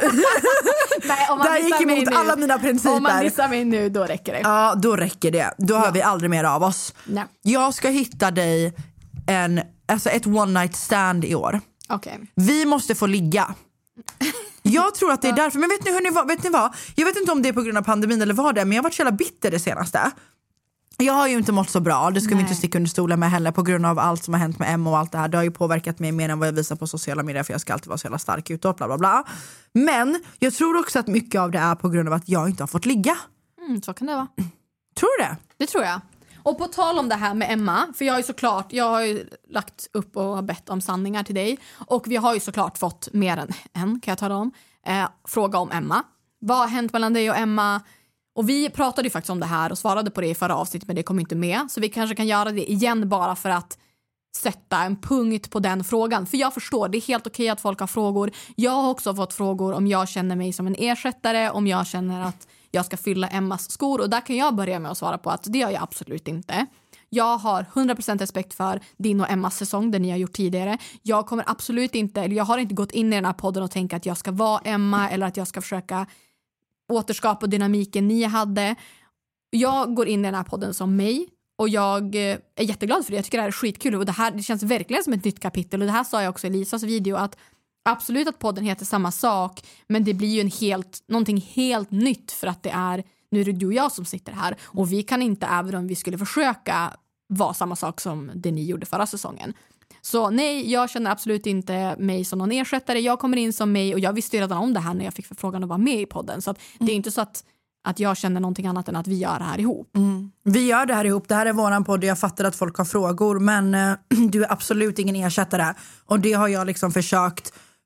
Nej, om man det gick emot nu, alla mina principer. Om man missar mig nu, då räcker det. Ja, då räcker det. Då hör Ja. vi aldrig mer av oss. Nej. Jag ska hitta dig en, alltså ett one night stand i år. Okej. Vi måste få ligga. Jag tror att det är därför. Men vet ni, hörni, vad, vet ni vad? Jag vet inte om det är på grund av pandemin eller vad det är, men jag har varit så jävla bitter det senaste. Jag har ju inte mått så bra, det ska vi inte sticka under stolen med heller, på grund av allt som har hänt med Emma och allt det här. Det har ju påverkat mig mer än vad jag visar på sociala medier, för jag ska alltid vara så jävla stark utåt, bla bla bla. Men jag tror också att mycket av det är på grund av att jag inte har fått ligga. Mm, så kan det vara. Tror du det? Det tror jag. Och på tal om det här med Emma, för jag har ju såklart, jag har ju lagt upp och bett om sanningar till dig. Och vi har ju såklart fått mer än en, kan jag tala om, eh, fråga om Emma. Vad har hänt mellan dig och Emma? Och vi pratade ju faktiskt om det här och svarade på det i förra avsnittet, men det kom inte med. Så vi kanske kan göra det igen bara för att sätta en punkt på den frågan. För jag förstår, det är helt okej att folk har frågor. Jag har också fått frågor om jag känner mig som en ersättare, om jag känner att jag ska fylla Emmas skor. Och där kan jag börja med att svara på att det gör jag absolut inte. Jag har hundra procent respekt för din och Emmas säsong, det ni har gjort tidigare. Jag kommer absolut inte, eller jag har inte gått in i den här podden och tänkt att jag ska vara Emma eller att jag ska försöka återskapa dynamiken ni hade. Jag går in i den här podden som mig och jag är jätteglad för det. Jag tycker det här är skitkul och det här det känns verkligen som ett nytt kapitel, och det här sa jag också i Lisas video, att absolut att podden heter samma sak, men det blir ju en helt, någonting helt nytt för att det är, nu är det du och jag som sitter här och vi kan inte, även om vi skulle försöka vara samma sak som det ni gjorde förra säsongen. Så nej, jag känner absolut inte mig som någon ersättare. Jag kommer in som mig och jag visste ju redan om det här när jag fick förfrågan att vara med i podden. Så att mm. det är inte så att, att jag känner någonting annat än att vi gör det här ihop. Mm. Vi gör det här ihop. Det här är våran podd. Jag fattar att folk har frågor, men äh, du är absolut ingen ersättare. Och det har jag liksom försökt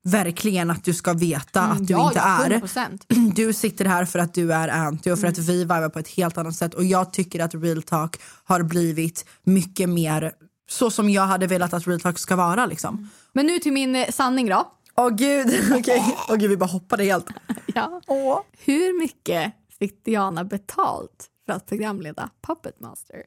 verkligen att du ska veta Mm, att du ja, inte ja, är. hundra procent. Du sitter här för att du är anti och för Mm. att vi vibar på ett helt annat sätt. Och jag tycker att Real Talk har blivit mycket mer så som jag hade velat att Real Talk ska vara liksom. Men nu till min eh, sanning då. Åh gud, okej. Okay. Åh gud, vi bara hoppade helt. Ja. Åh. Hur mycket fick Diana betalt för att programleda Puppet Master?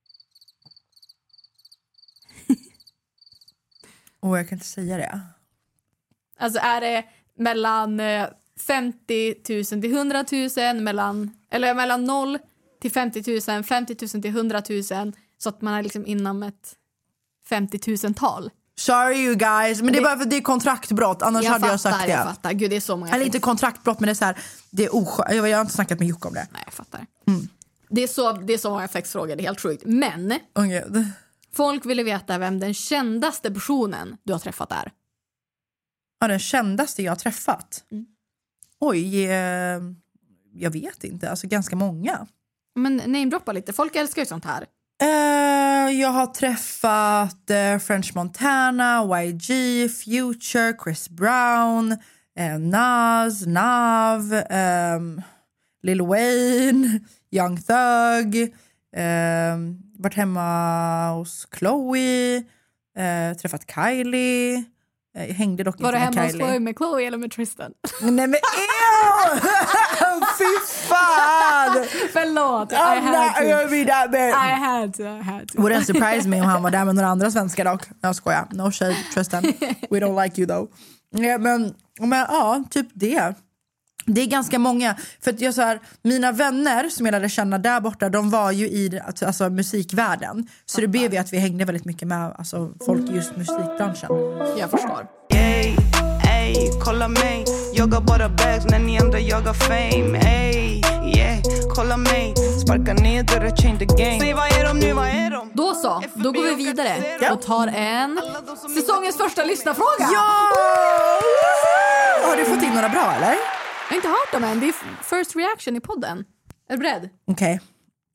Åh, oh, jag kan inte säga det. Alltså är det mellan eh, femtio tusen till hundra tusen, mellan, eller mellan noll till femtio tusen, femtio tusen till hundra tusen, så att man är liksom inom ett femtio tusen-tal. Sorry you guys, men det är bara för att det är kontraktbrott. Annars jag hade fattar, jag sagt det. Jag fattar, gud det är så många. Eller inte kontraktbrott, men det är så här, det är oskönt. Jag, jag har inte snackat med Jocke om det. Nej, jag fattar. Mm. Det är så, det är så många sexfrågor, det är helt sjukt. Men oh, gud. Folk ville veta vem den kändaste personen du har träffat är. Ja, den kändaste jag har träffat? Mm. Oj, eh, jag vet inte. Alltså ganska många. Men namedroppa lite, folk älskar ju sånt här. Uh, jag har träffat uh, French Montana, Y G, Future, Chris Brown, uh, Nas, Nav, um, Lil Wayne, Young Thug, uh, varit hemma hos Chloe, uh, träffat Kylie. Jag hängde dock var inte med Kylie. Var du hemma hos med Chloe eller med Tristan? Nej men ew! Fy fan! Förlåt, I I'm had to. not be that bad. I had to, I had to. Wouldn't surprise me om han var där med några andra svenskar dock. Jag skojar. No shade, Tristan. We don't like you though. Ja, men, men ja, typ det. Det är ganska många. För att jag så här, mina vänner som jag lärde känna där borta, de var ju i alltså, musikvärlden. Så det blev ju att vi hängde väldigt mycket med alltså, folk i just musikbranschen. Jag förstår. Ey, ey, kolla mig. Jagar bara bags när ni andra jagar fame. Ey, yeah, kolla mig. Sparka ner dörrar, change the game. Säg vad är de nu, vad är de? Då så, då går vi vidare ja. och tar en säsongens första lyssnarfråga. Ja! Har du fått in några bra eller? Jag har inte hört dem än, det är first reaction i podden. Är du beredd? Okej. Okay.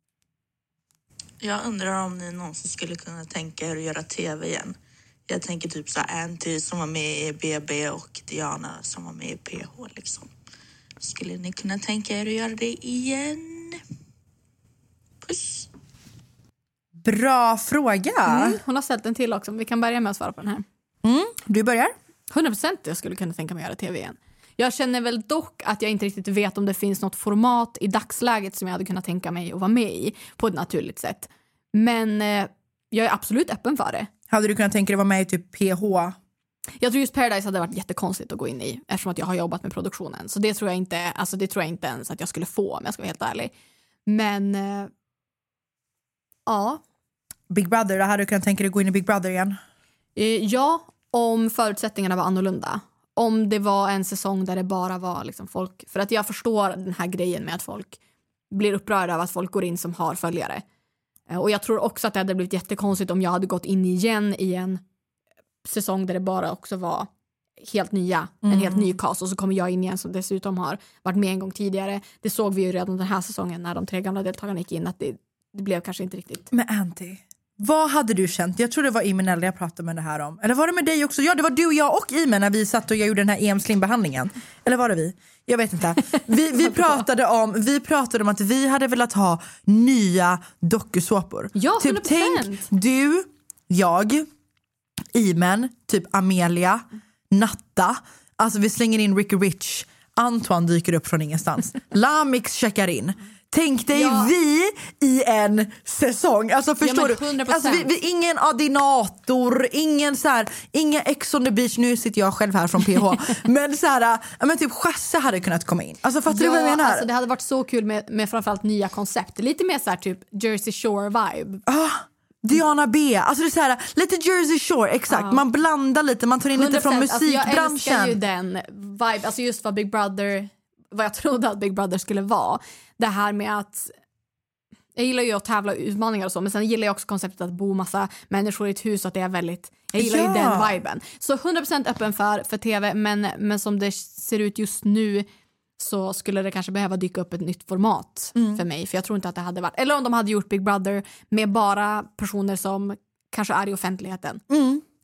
Jag undrar om ni någonsin skulle kunna tänka er att göra tv igen. Jag tänker typ så Anty som var med i B B och Diana som var med i P H liksom. Skulle ni kunna tänka er att göra det igen? Puss. Bra fråga. Mm, hon har ställt en till också, vi kan börja med att svara på den här. Mm, du börjar? hundra procent jag skulle kunna tänka mig att göra tv igen. Jag känner väl dock att jag inte riktigt vet om det finns något format i dagsläget som jag hade kunnat tänka mig att vara med i på ett naturligt sätt. Men eh, jag är absolut öppen för det. Hade du kunnat tänka dig att vara med i typ P H? Jag tror just Paradise hade varit jättekonstigt att gå in i eftersom att jag har jobbat med produktionen. Så det tror jag inte, alltså det tror jag inte ens att jag skulle få om jag ska vara helt ärlig. Men eh, ja. Big Brother, då hade du kunnat tänka dig att gå in i Big Brother igen? Eh, ja, om förutsättningarna var annorlunda. Om det var en säsong där det bara var liksom folk... För att jag förstår den här grejen med att folk blir upprörda av att folk går in som har följare. Och jag tror också att det hade blivit jättekonstigt om jag hade gått in igen i en säsong där det bara också var helt nya. Mm. En helt ny cast. Och så kommer jag in igen som dessutom har varit med en gång tidigare. Det såg vi ju redan den här säsongen när de tre gamla deltagarna gick in. Att det, det blev kanske inte riktigt... Men Anty, vad hade du känt? Jag tror det var Imen eller jag pratade med det här om. Eller var det med dig också? Ja, det var du, jag och Imen när vi satt och jag gjorde den här E M-slimbehandlingen. Eller var det vi? Jag vet inte. Vi, vi, pratade om, vi pratade om att vi hade velat ha nya dokusåpor. Ja, typ tänk du, jag, Imen, typ Amelia, Natta. Alltså vi slänger in Ricky Rich. Antoine dyker upp från ingenstans. Lamix checkar in. Tänk dig ja. vi i en säsong. Alltså förstår ja, du? Alltså, vi, vi, ingen adinator, ingen så här, inga Ex on the beach. Nu sitter jag själv här från P H. Men så här, men typ Chasse hade kunnat komma in. Alltså fattar ja, du vad jag menar? Alltså, det hade varit så kul med, med framförallt nya koncept. Lite mer så här typ Jersey Shore vibe. Ah. Diana B. Alltså det är så här, lite Jersey Shore, exakt. Ja. Man blandar lite, man tar in lite från musikbranschen. Alltså jag älskar ju den vibe, alltså just vad Big Brother, vad jag trodde att Big Brother skulle vara. Det här med att jag gillar ju att tävla utmaningar och så, men sen gillar jag också konceptet att bo massa människor i ett hus, att det är väldigt, jag gillar ja. ju den viben. Så hundra procent öppen för, för tv, men, men som det ser ut just nu så skulle det kanske behöva dyka upp ett nytt format mm. för mig. För jag tror inte att det hade varit... Eller om de hade gjort Big Brother med bara personer som kanske är i offentligheten. Mm.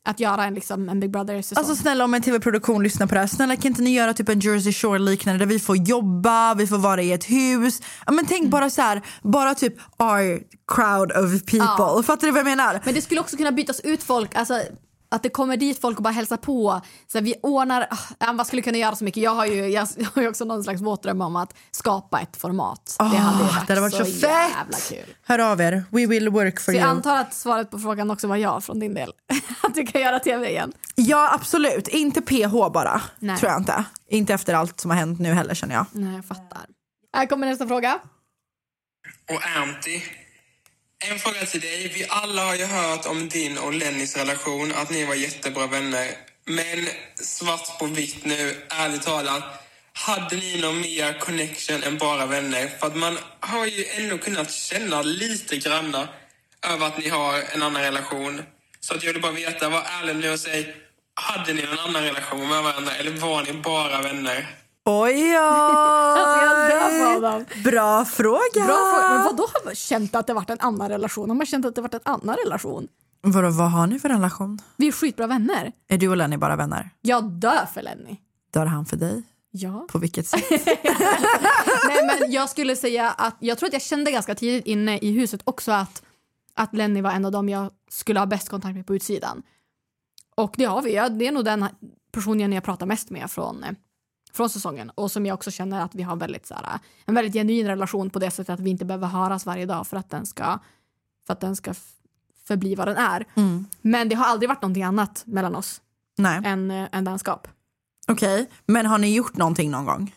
att göra en, liksom, en Big Brother-säsong. Alltså snälla, om en tv-produktion lyssnar på det här, snälla kan inte ni göra typ en Jersey Shore-liknande där vi får jobba, vi får vara i ett hus. Ja, men tänk mm. bara så här, bara typ our crowd of people. Ja. Fattar du vad jag menar? Men det skulle också kunna bytas ut folk, alltså att det kommer dit folk och bara hälsar på. Så här, vi ordnar, äh, vad skulle kunna göra så mycket. Jag har ju, jag, jag har ju också någon slags våtdröm om att skapa ett format. Oh, det hade varit, det hade varit så, så fett. Kul. Hör av er, we will work for så you. Jag antar att svaret på frågan också var ja från din del. Att du kan göra tv igen. Ja, absolut. Inte P H bara. Nej. Tror jag inte. Inte efter allt som har hänt nu heller, känner jag. Nej, jag fattar. Här kommer nästa fråga. Och Anty, en fråga till dig. Vi alla har ju hört om din och Lennys relation, att ni var jättebra vänner. Men svart på vitt nu, ärligt talat, hade ni någon mer connection än bara vänner? För att man har ju ändå kunnat känna lite granna över att ni har en annan relation. Så att jag vill bara veta, var ärlig nu och säg, hade ni en annan relation med varandra eller var ni bara vänner? Oj, oj. Alltså jag dör på dem. Bra fråga. Bra fråga. Men vadå har man känt att det varit en annan relation? Har man känt att det varit en annan relation? Vadå, vad har ni för relation? Vi är skitbra vänner. Är du och Lenny bara vänner? Jag dör för Lenny. Dör han för dig? Ja. På vilket sätt? Nej, men jag skulle säga att jag tror att jag kände ganska tidigt inne i huset också att, att Lenny var en av dem jag skulle ha bäst kontakt med på utsidan. Och det har vi. Det är nog den personen jag pratar mest med från, från säsongen. Och som jag också känner att vi har väldigt, så här, en väldigt genuin relation på det sättet att vi inte behöver höras varje dag för att den ska, för att den ska förbli vad den är. Mm. Men det har aldrig varit någonting annat mellan oss. Nej. Än, än vänskap. Okej, okay. Men har ni gjort någonting någon gång?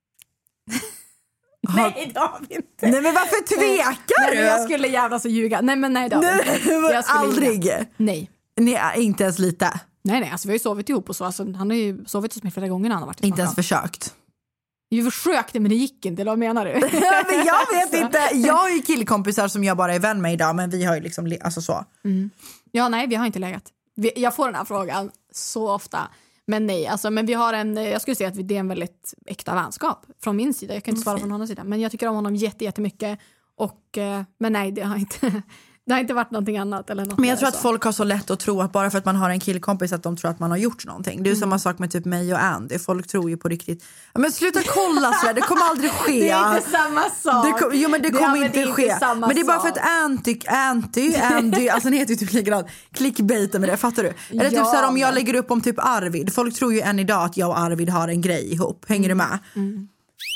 Nej, det har vi inte. Nej, men varför tvekar nej, du? Men jag skulle jävla så ljuga. Nej, men nej, det har vi inte. Jag aldrig? Ljuga. Nej. Ni är inte ens lite? Nej, nej, alltså vi har ju sovit ihop och så. Alltså, han har ju sovit hos mig flera gånger när han har varit i Inte ens försökt? Vi försökte, men det gick inte. Eller vad menar du? Men jag vet inte. Jag har ju killkompisar som jag bara är vän med idag, men vi har ju liksom, alltså så. Mm. Ja, nej, vi har inte legat. Vi, jag får den här frågan så ofta. Men nej, alltså, men vi har en, jag skulle säga att det är en väldigt äkta vänskap från min sida. Jag kan inte svara från någon sida, men jag tycker om honom jätte, jättemycket. Och, men nej, det har inte, det har inte varit någonting annat. Eller något. Men jag tror att så. folk har så lätt att tro att bara för att man har en killkompis att de tror att man har gjort någonting. Det är mm. samma sak med typ mig och Andy. Folk tror ju på riktigt. Men sluta kolla så där, det kommer aldrig ske. Det är inte samma sak. Det kom, jo men det, det kommer inte det ske. Inte men det är bara för att Anty, Anty, Andy, alltså ni heter ju typ likadant. Clickbaiten med det, fattar du? Eller ja, typ så här, om jag lägger upp om typ Arvid. Folk tror ju än idag att jag och Arvid har en grej ihop. Hänger mm. du med? Mm.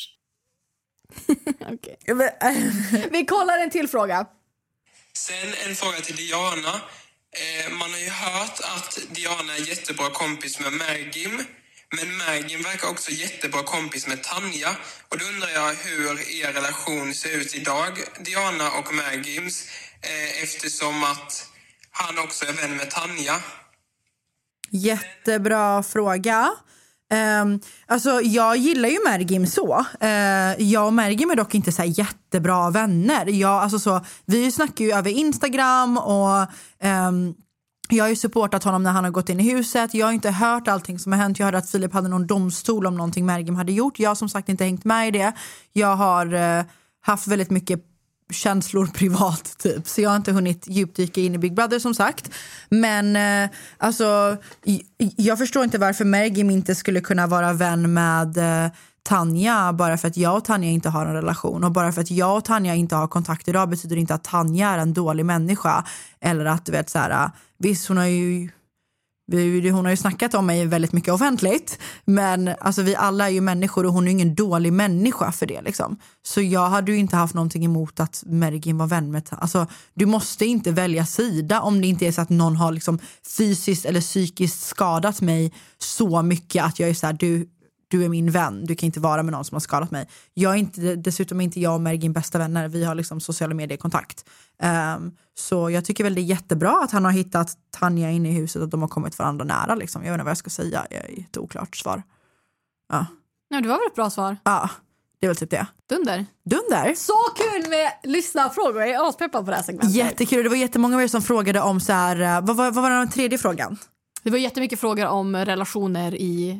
Okej. Vi kollar en till fråga. Sen en fråga till Diana. Eh, man har ju hört att Diana är jättebra kompis med Mergim. Men Mergim verkar också jättebra kompis med Tanja. Och då undrar jag hur er relation ser ut idag, Diana och Mergims. Eh, eftersom att han också är vän med Tanja. Jättebra fråga. Um, alltså jag gillar ju Mergim så. Uh, jag och Mergim är dock inte så här jättebra vänner. Jag, alltså så, vi snackar ju över Instagram och um, jag har ju supportat honom när han har gått in i huset. Jag har inte hört allting som har hänt. Jag hörde att Filip hade någon domstol om någonting Mergim hade gjort. Jag har som sagt inte hängt med i det. Jag har uh, haft väldigt mycket känslor privat typ. Så jag har inte hunnit djupdyka in i Big Brother som sagt. Men eh, alltså jag förstår inte varför Mergim inte skulle kunna vara vän med eh, Tanja bara för att jag och Tanja inte har en relation. Och bara för att jag och Tanja inte har kontakt idag betyder inte att Tanja är en dålig människa. Eller att du vet så här, visst hon har ju hon har ju snackat om mig väldigt mycket offentligt. Men alltså vi alla är ju människor och hon är ingen dålig människa för det liksom. Så jag hade ju inte haft någonting emot att Mergim var vän med. Alltså du måste inte välja sida om det inte är så att någon har liksom fysiskt eller psykiskt skadat mig så mycket att jag är så här, du, du är min vän. Du kan inte vara med någon som har skadat mig. Jag är inte, dessutom är inte jag och Mergim bästa vänner. Vi har liksom sociala medier-kontakt. Um, så jag tycker väl det är jättebra att han har hittat Tanja inne i huset och att de har kommit varandra nära liksom. Jag vet inte vad jag ska säga. Jag är ett oklart svar. Ja. Ja, det var väl ett bra svar. Ja, det är väl typ det. Dunder. Dunder. Så kul med lyssnarfrågor. Jag är aspeppad på det här segmentet. Jättekul. Det var jättemånga av er som frågade om så här, vad var, vad var den tredje frågan? Det var jättemycket frågor om relationer i, mm.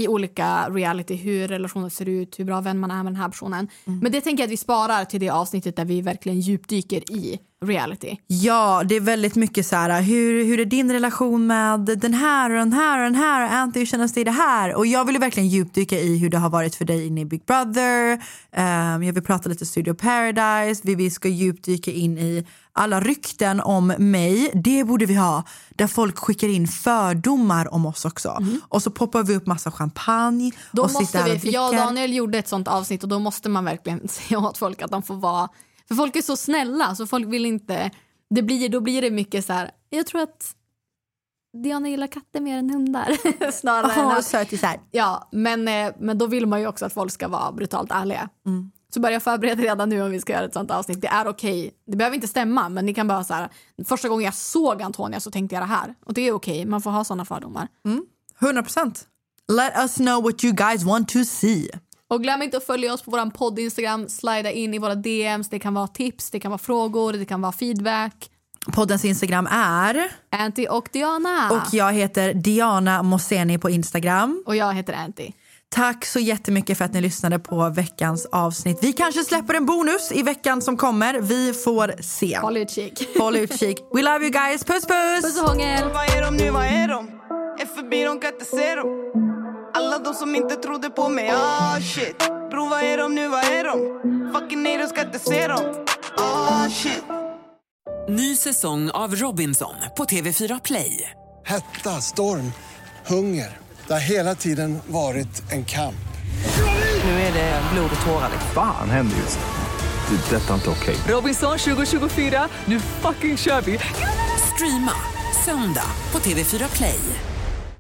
i olika reality, hur relationen ser ut, hur bra vän man är med den här personen. Mm. Men det tänker jag att vi sparar till det avsnittet där vi verkligen djupdyker i reality. Ja, det är väldigt mycket så här, hur, hur är din relation med den här och den här och den här och Anty, hur känns det i det här? Och jag vill ju verkligen djupdyka i hur det har varit för dig inne i Big Brother. Um, jag vill prata lite Studio Paradise. Vi, vi ska djupdyka in i alla rykten om mig. Det borde vi ha. Där folk skickar in fördomar om oss också. Mm. Och så poppar vi upp massa champagne. Då och måste vi, för jag och Daniel gjorde ett sånt avsnitt och då måste man verkligen säga åt folk att de får vara. För folk är så snälla så folk vill inte, det blir, då blir det mycket så här. Jag tror att Diana gillar katter mer än hundar. Snarare oh, än att, så är det så här. Ja, men, men då vill man ju också att folk ska vara brutalt ärliga. Mm. Så börja förbereda redan nu om vi ska göra ett sånt avsnitt. Det är okej. Okay. Det behöver inte stämma, men ni kan bara så här. Första gången jag såg Antonia så tänkte jag det här. Och det är okej, okay. Man får ha såna fördomar. Mm. hundra procent. Let us know what you guys want to see. Och glöm inte att följa oss på vår podd Instagram. Slida in i våra D Ms. Det kan vara tips, det kan vara frågor, det kan vara feedback. Poddens Instagram är Anty och Diana. Och jag heter Diana Moseni på Instagram. Och jag heter Anty. Tack så jättemycket för att ni lyssnade på veckans avsnitt. Vi kanske släpper en bonus i veckan som kommer. Vi får se. Håll utkik. Håll utkik. We love you guys. Puss puss. Puss och hångel. Vad är de nu, vad är de? F B, de kan inte se dem. Alla de som inte trodde på mig, ah oh, shit. Bro, vad är de nu, vad är de? Fucking nej, de ska inte se dem. Ah oh, shit. Ny säsong av Robinson på T V fyra Play. Hetta, storm, hunger. Det har hela tiden varit en kamp. Nu är det blod och tårar. Fan händer just det. Det är detta inte okej. Robinson tjugo tjugofyra, nu fucking kör vi. Streama söndag på T V fyra Play.